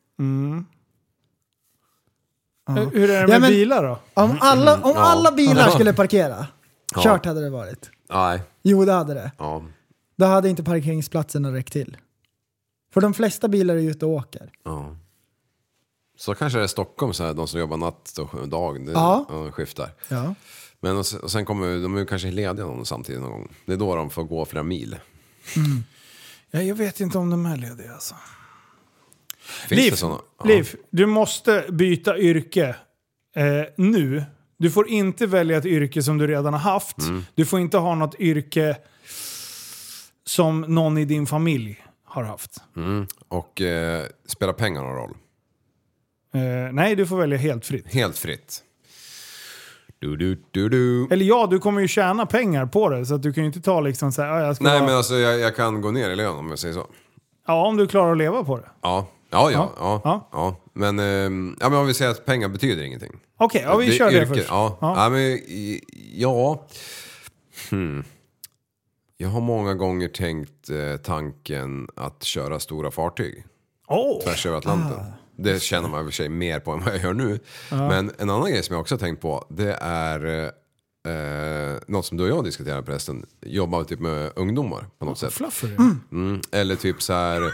Hur är det med bilar då? Om alla bilar skulle parkera, kört hade det varit. Nej. Jo, det hade det. Ja. Då hade inte parkeringsplatsen räckt till. För de flesta bilar är ute och åker. Ja. Så kanske det är Stockholm så här, de som jobbar natt och dag, skiftar. Ja. Men och sen kommer de är kanske lediga samtidigt någon gång. Det är då de får gå flera mil. Ja, jag vet inte om de är lediga alltså. Finns det såna? Liv, du måste byta yrke nu. Du får inte välja ett yrke som du redan har haft. Du får inte ha något yrke som någon i din familj har haft. Och spelar pengar någon roll? Nej, du får välja helt fritt. Helt fritt. Eller du kommer ju tjäna pengar på det. Så att du kan ju inte ta liksom så här... Nej, men alltså jag kan gå ner i lön om jag säger så. Ja, om du klarar att leva på det. Ja. Men om vi säger att pengar betyder ingenting. Okej, vi kör det först. Jag har många gånger tänkt tanken att köra stora fartyg. Tvärs över Atlanten. Det känner man i och för sig mer på än vad jag gör nu. Men en annan grej som jag också har tänkt på, det är något som du och jag diskuterar förresten. Jobba typ med ungdomar på något sätt. Eller typ så här...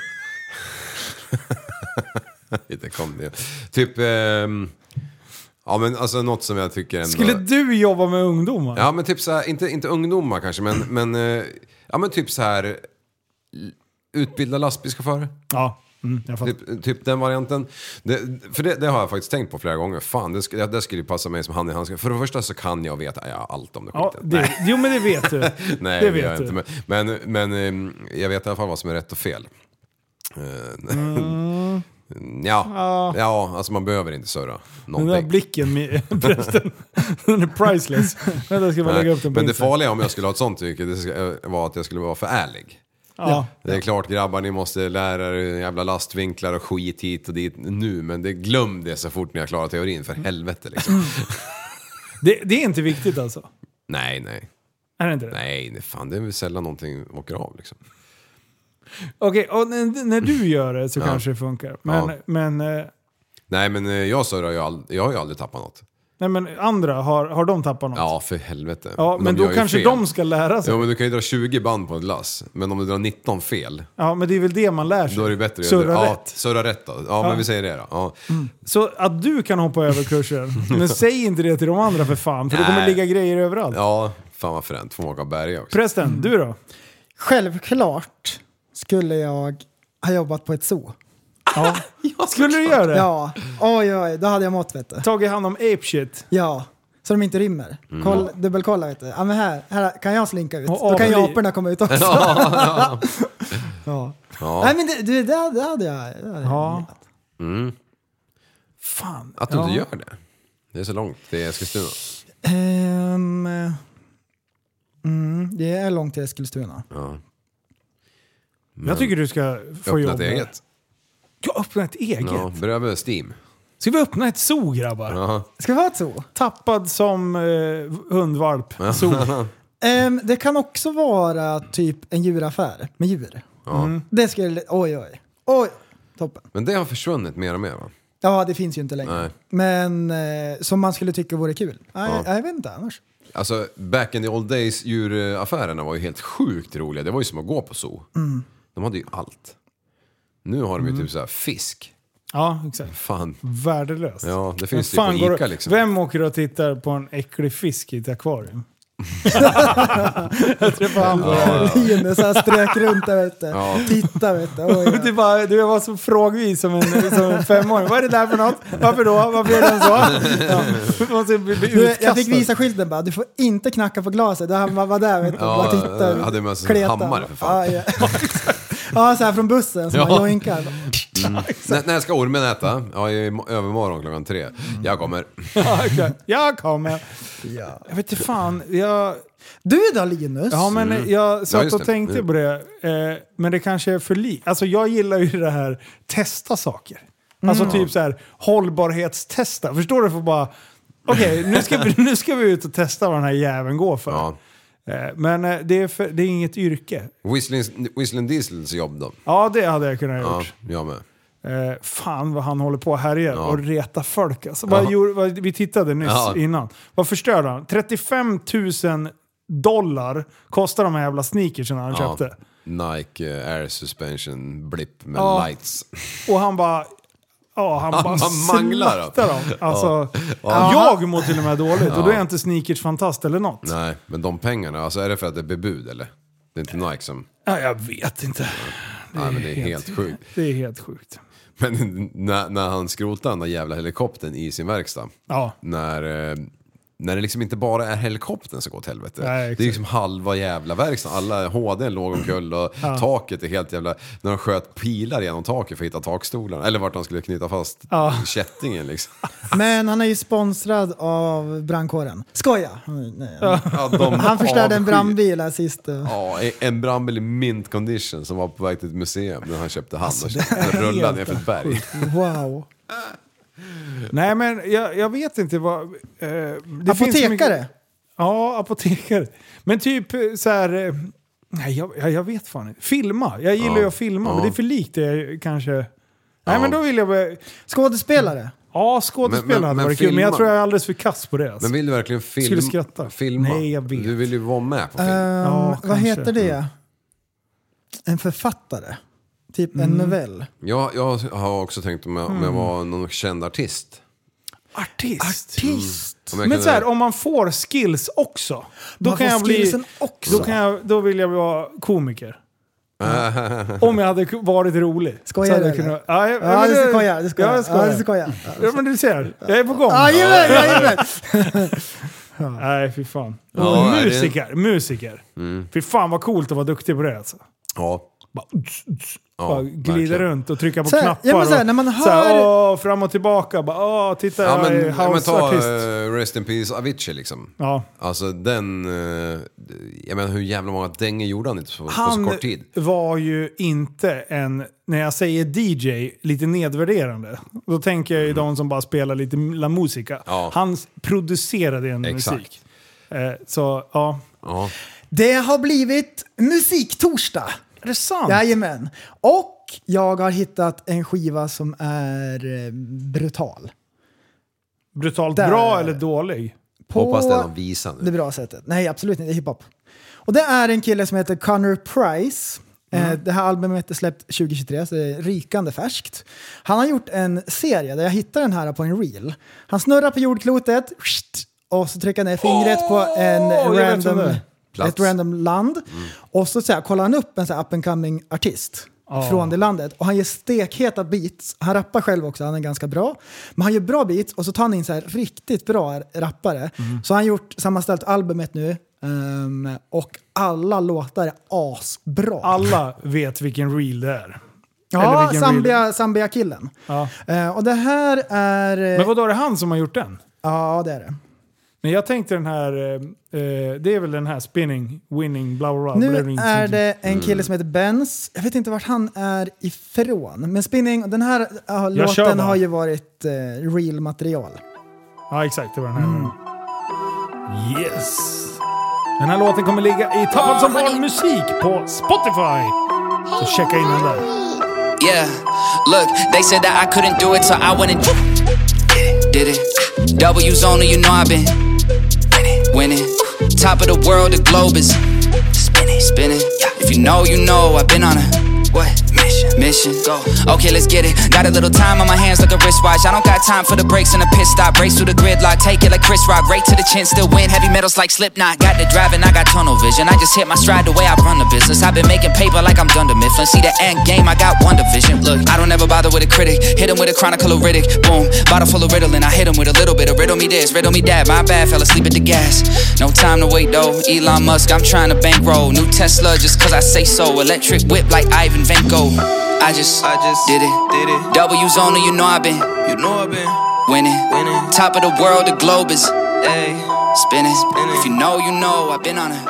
Det kom det. Typ ja, men alltså något som jag tycker ändå... Skulle du jobba med ungdomar? Ja, men typ så här, inte ungdomar kanske, men ja, men typ så här utbilda lastbilschaufförer. Ja. Typ den varianten. Det har jag faktiskt tänkt på flera gånger. Fan, det skulle passa mig som hand i handske. För det första så kan jag veta allt om det skiten. Jo, men det vet du. Nej, det vet jag inte. Men jag vet i alla fall vad som är rätt och fel. Ja, alltså man behöver inte surra någonting. Den där blicken med prästen, den är priceless. Men det farliga om jag skulle ha ett sånt tycke, det var att jag skulle vara för ärlig. Ja. Det är klart grabbar, ni måste lära er jävla lastvinklar och skit hit och dit nu, men glöm det så fort ni har klarat teorin, för helvete liksom. Det är inte viktigt alltså? Nej. Är det inte det? Nej, fan, det är väl sällan någonting åker av liksom. Okej, och när du gör det så kanske det funkar. Men nej, men jag har ju aldrig tappat något. Nej, men andra, har de tappat något? Ja, för helvete. Ja, men då kanske de ska lära sig. Ja, men du kan ju dra 20 band på ett lass. Men om du drar 19 fel... Ja, men det är väl det man lär sig. Då är det bättre att surra rätt då. Ja, men vi säger det då. Ja. Så att du kan hoppa över kursen. Men säg inte det till de andra för fan. För det kommer ligga grejer överallt. Ja, fan vad fränt. Får man åka berg också. Prästen, du då? Självklart skulle jag ha jobbat på ett zoo. Ja. Skulle du göra det? Ja. Oj, då hade jag mått, vet du. Tagit hand om ape shit. Ja. Så de inte rymmer. Dubbelkolla, vet du. Ja, men här kan jag slinka ut. Då kan japorna komma ut också. Ja. Nej, men det hade jag. Fan. Att du inte gör det. Det är så långt. Det är Eskilstuna. Det är långt till Eskilstuna. Ja. Jag tycker du ska få jobba. Öppna ett eget. Ja, öppna ett eget? Ja, bredvid Steam. Ska vi öppna ett zoo, grabbar? Ja. Ska vi ha ett zoo? Tappad som hundvalp. Zoo. Det kan också vara typ en djuraffär med djur. Ja. Det skulle... Oj, toppen. Men det har försvunnit mer och mer, va? Ja, det finns ju inte längre. Nej. Men som man skulle tycka vore kul. Jag vet inte annars. Alltså, back in the old days, djuraffärerna var ju helt sjukt roliga. Det var ju som att gå på zoo. De hade ju allt. Nu har de ju typ så här fisk. Ja, exakt. Fan. Värdelöst. Ja, det finns fan ju på Ica liksom. Vem åker och tittar på en äcklig fisk i ett akvarium? Jag träffade han Linus han strök runt där, vet du. Ja. Titta, vet du. Du var så frågvis som en 5-åring. Vad är det där för något? Varför då? Varför är den så? Jag fick visa skylten bara. Du får inte knacka på glaset. Han var där, vet du. Ja, titta, hade med sig en hammare för fan. Ja, så här från bussen som man joinkar. När ska ormen äta? Ja, i övermorgon klockan 3. Jag kommer. Jag kommer. Jag vet inte fan. Du då, Linus? Ja, men jag satt och tänkte på det. Men det kanske är för Alltså jag gillar ju det här testa saker. Alltså typ så här hållbarhetstesta. Förstår du? För bara okej, nu ska vi ut och testa vad den här jäveln går för. Ja. Men det är inget yrke. Whistling Diesels jobb då? Ja, det hade jag kunnat gjort. Ja, jag med. Fan vad han håller på här igen och reta folk. Alltså, vi tittade nyss innan. Vad förstörde han? $35,000 kostar de här jävla sneakersen han köpte. Nike Air Suspension Blip med lights. Och han bara... Ja, han bara slaktar dem. Alltså, jag mår till och med dåligt. Och då är jag inte sneakers-fantast eller något. Nej, men de pengarna, alltså är det för att det är bebud eller? Det är inte Nike som... Ja, jag vet inte. Nej, men det är helt sjukt. Det är helt sjukt. Men när han skrotar den där jävla helikoptern i sin verkstad. Ja. När det liksom inte bara är helikoptern som går till helvete. Nej, det är liksom halva jävla verkstaden. Alla HD låg omkull och taket är helt jävla... När de sköt pilar genom taket för att hitta takstolarna. Eller vart de skulle knyta fast kättingen liksom. Men han är ju sponsrad av brandkåren. Skoja! Ja, han förstörde en brandbil här sist. Ja, en brandbil i mint condition som var på väg till ett museum. När han köpte hand och rullade ner för ett berg. Wow. Nej, men jag vet inte vad... Det apotekare? Finns ja, apotekare. Men typ så här... Nej, jag vet fan inte. Filma. Jag gillar ju att filma, men det är för likt det kanske... Nej, men då vill jag... Skådespelare? Ja, skådespelare hade varit kul. Men jag tror jag är alldeles för kass på det. Alltså. Men vill du verkligen filma? Nej, jag vet. Du vill ju vara med på film. Vad heter det? En författare? Typ en novell. Jag har också tänkt om jag var någon känd artist. Artist? Men så här, om man får skills också. Då kan jag bli... Då vill jag vara komiker. Om jag hade varit rolig. Skojar du? Det skojar. Ja, men du ser, jag är på gång. Jajamän. Nej, fy fan. Musiker. Fy fan vad coolt att vara duktig på det alltså. Ja. Bara glida runt och trycka på så knappar. Ja, men så här, när man hör... fram och tillbaka. Bara, titta, ja, men, house-artist. Rest in Peace Avicii liksom. Ja. Alltså den... jag menar hur jävla många dänger gjorde han inte på så kort tid. Han var ju inte en... När jag säger DJ, lite nedvärderande. Då tänker jag ju de som bara spelar lite la musica. Ja. Han producerade en musik. Så, ja. Det har blivit musiktorsdag. Är det sant? Jajamän. Och jag har hittat en skiva som är brutal. Brutalt bra eller dålig? Hoppas det är någon visa nu. Det bra sättet. Nej, absolut inte. Det är hiphop. Och det är en kille som heter Connor Price. Det här albumet är släppt 2023, så det är rykande färskt. Han har gjort en serie där jag hittar den här på en reel. Han snurrar på jordklotet och så trycker han ner fingret på ett random land. Och så kollar han upp en så här up and coming artist från det landet. Och han ger stekheta beats. Han rappar själv också, han är ganska bra. Men han gör bra beats och så tar han in så här riktigt bra rappare. Så han har gjort sammanställt albumet nu. Och alla låtar är asbra. Alla vet vilken reel det är. Ja, Zambia-killen. Ja. Och det här är... Men vadå, är det han som har gjort den? Ja, det är det. Men jag tänkte den här, det är väl den här spinning, winning, bla bla bla. Nu är det en kille som heter Benz. Jag vet inte vart han är ifrån. Men spinning, den här låten har ju varit real material. Ja, exakt. Det var den här. Yes! Den här låten kommer ligga i Tappad som barn musik på Spotify. Så checka in den där. Yeah, look, they said that I couldn't do it, so I went and did it. W's only, you know I've been winning. Top of the world, the globe is spinning. If you know, I've been on a mission. Go. Okay, let's get it. Got a little time on my hands like a wristwatch. I don't got time for the brakes and the pit stop. Race through the gridlock, take it like Chris Rock. Right to the chin, still win. Heavy metals like Slipknot. Got the driving, I got tunnel vision. I just hit my stride the way I run the business. I've been making paper like I'm Dunder Mifflin. See the end game, I got one division. Look, I don't ever bother with a critic. Hit him with a chronicle of Riddick. Boom, bottle full of Ritalin. I hit him with a little bit of riddle me this, riddle me that. My bad, fell asleep at the gas. No time to wait though. Elon Musk, I'm trying to bankroll. New Tesla just cause I say so. Electric whip like Ivan Vanko. I just did it. W's only, you know I've been winning. Top of the world, the globe is spinning. If you know, I've been on it.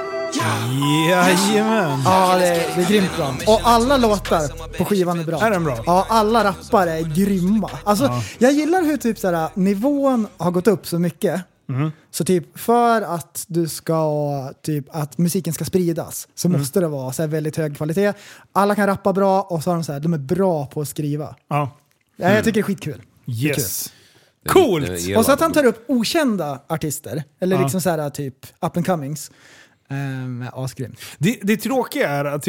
Jajamän. Ja, det är grymt bra. Och alla låtar på skivan är bra. Är den bra? Ja, alla rappare är grymma. Alltså, jag gillar hur typ såhär, nivån har gått upp så mycket. Så typ för att du ska typ att musiken ska spridas så måste det vara så här väldigt hög kvalitet. Alla kan rappa bra och så har de så här, de är bra på att skriva. Ja. Jag tycker det är skitkul. Yes. Coolt! Och så att han tar upp okända artister eller liksom så här typ up and comings. Asgrym. Det tråkiga är att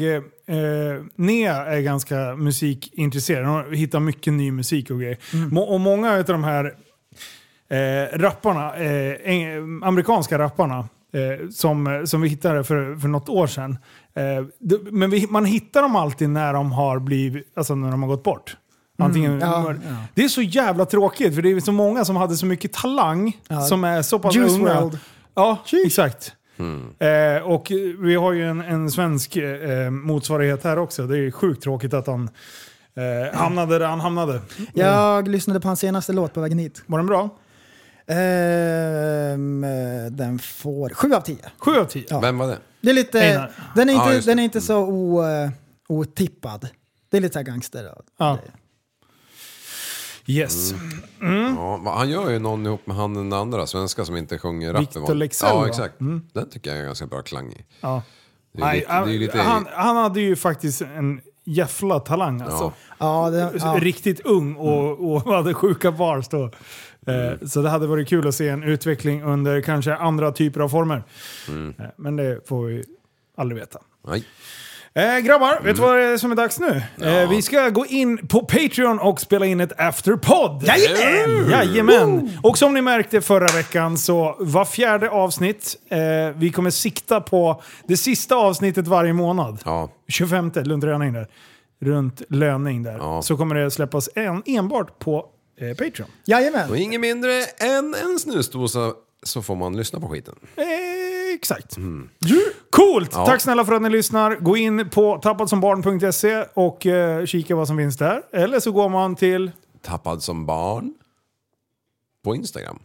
Nea är ganska musikintresserad och hittar mycket ny musik och grejer. Och många av de här rapparna, amerikanska rapparna som vi hittade för något år sedan. Men man hittar dem alltid när de har blivit, alltså när de har gått bort. Antingen, Det är så jävla tråkigt för det är så många som hade så mycket talang som är så pass Juice unga. World. Ja, exakt. Och vi har ju en svensk motsvarighet här också. Det är sjukt tråkigt att han hamnade där han hamnade. Jag lyssnade på hans senaste låt på vägen hit. Var den bra? Den får 7 av 10. 7 av 10? Ja. Vem var det? Det är lite, den är inte så otippad. Det är lite så här gangster. Ja. Yes. Ja, han gör ju någon ihop med han den andra svenska som inte sjunger rap. Victor Leksell. Ja, exakt. Den tycker jag är ganska bra klang i. Ja. Lite... Han hade ju faktiskt en jävla talang alltså. Ja, riktigt ung och hade sjuka bars då. Så det hade varit kul att se en utveckling under kanske andra typer av former. Men det får vi aldrig veta. Nej. Grabbar, vet du vad det är som är dags nu? Vi ska gå in på Patreon och spela in ett afterpod. Jajamän! Och som ni märkte förra veckan så var 4:e avsnitt. Vi kommer sikta på det sista avsnittet varje månad. 25 luntröning där. Runt löning där. Så kommer det släppas enbart på Patreon. Jajamän! Och inget mindre än en snusdosa så får man lyssna på skiten. Exakt. Coolt! Ja. Tack snälla för att ni lyssnar. Gå in på tappadsombarn.se och kika vad som finns där. Eller så går man till Tappad som barn på Instagram.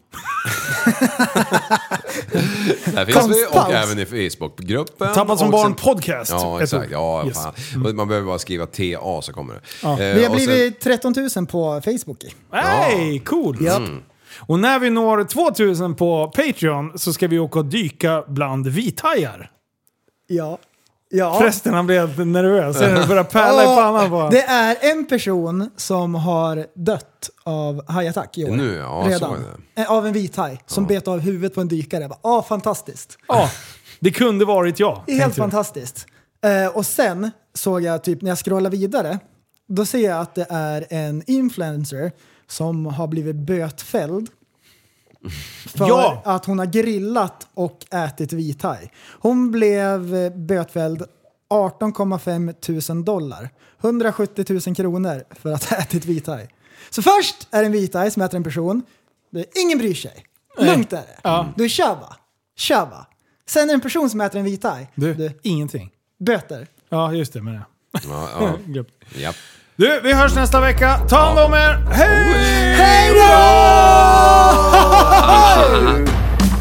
Där finns vi och även i Facebookgruppen. Tappad som barn podcast. Ja, exakt. Ja, yes. Man behöver bara skriva TA så kommer det. Ja. Vi har blivit 13 000 på Facebook. Hej, coolt! Yep. Och när vi når 2000 på Patreon så ska vi åka och dyka bland vithajar. Ja. Förresten, han blev nervös. Det börjar pärla i pannan på. Det är en person som har dött av hajattack i år. Nu, redan. Av en vithaj som bet av huvudet på en dykare. Fantastiskt. Ja, det kunde varit jag. Helt fantastiskt. Och sen såg jag typ när jag scrollar vidare. Då ser jag att det är en influencer som har blivit bötfälld för att hon har grillat och ätit vithaj. Hon blev bötfälld $18,5 tusen. 170 000 kronor för att ha ätit vithaj. Så först är det en vithaj som äter en person. Ingen bryr sig. Lugnt är det. Ja. Du kör va. Sen är det en person som äter en vithaj. Du, ingenting. Böter. Ja, just det. Men det. Japp. Du, vi hörs nästa vecka. Ta hand om er. Hej! Hej då!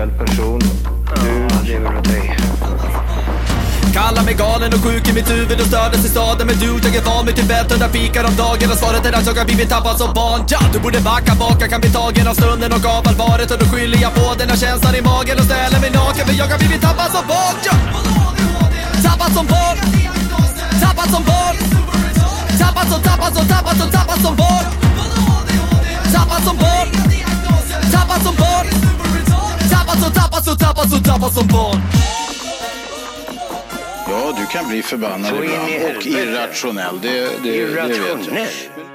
intellektuell person. Du lever åt dig. Kallar mig galen och sjuk i mitt huvud och stördes i staden. Men du, jag är van vid Tibet under fikar om dagen. Och svaret är att jag har blivit tappad som barn. Ja, du borde backa bak, jag kan bli tagen av stunden och av allvaret. Och då skyller jag på den här känslan i magen och ställer mig naken. För jag har blivit tappad som barn. Ja. Tappad som barn. Tappad som barn. Tappad som barn. Tappad som barn. Tappad som barn. Tappad som barn. Ja, du kan bli förbannad ibland och irrationell, det vet jag.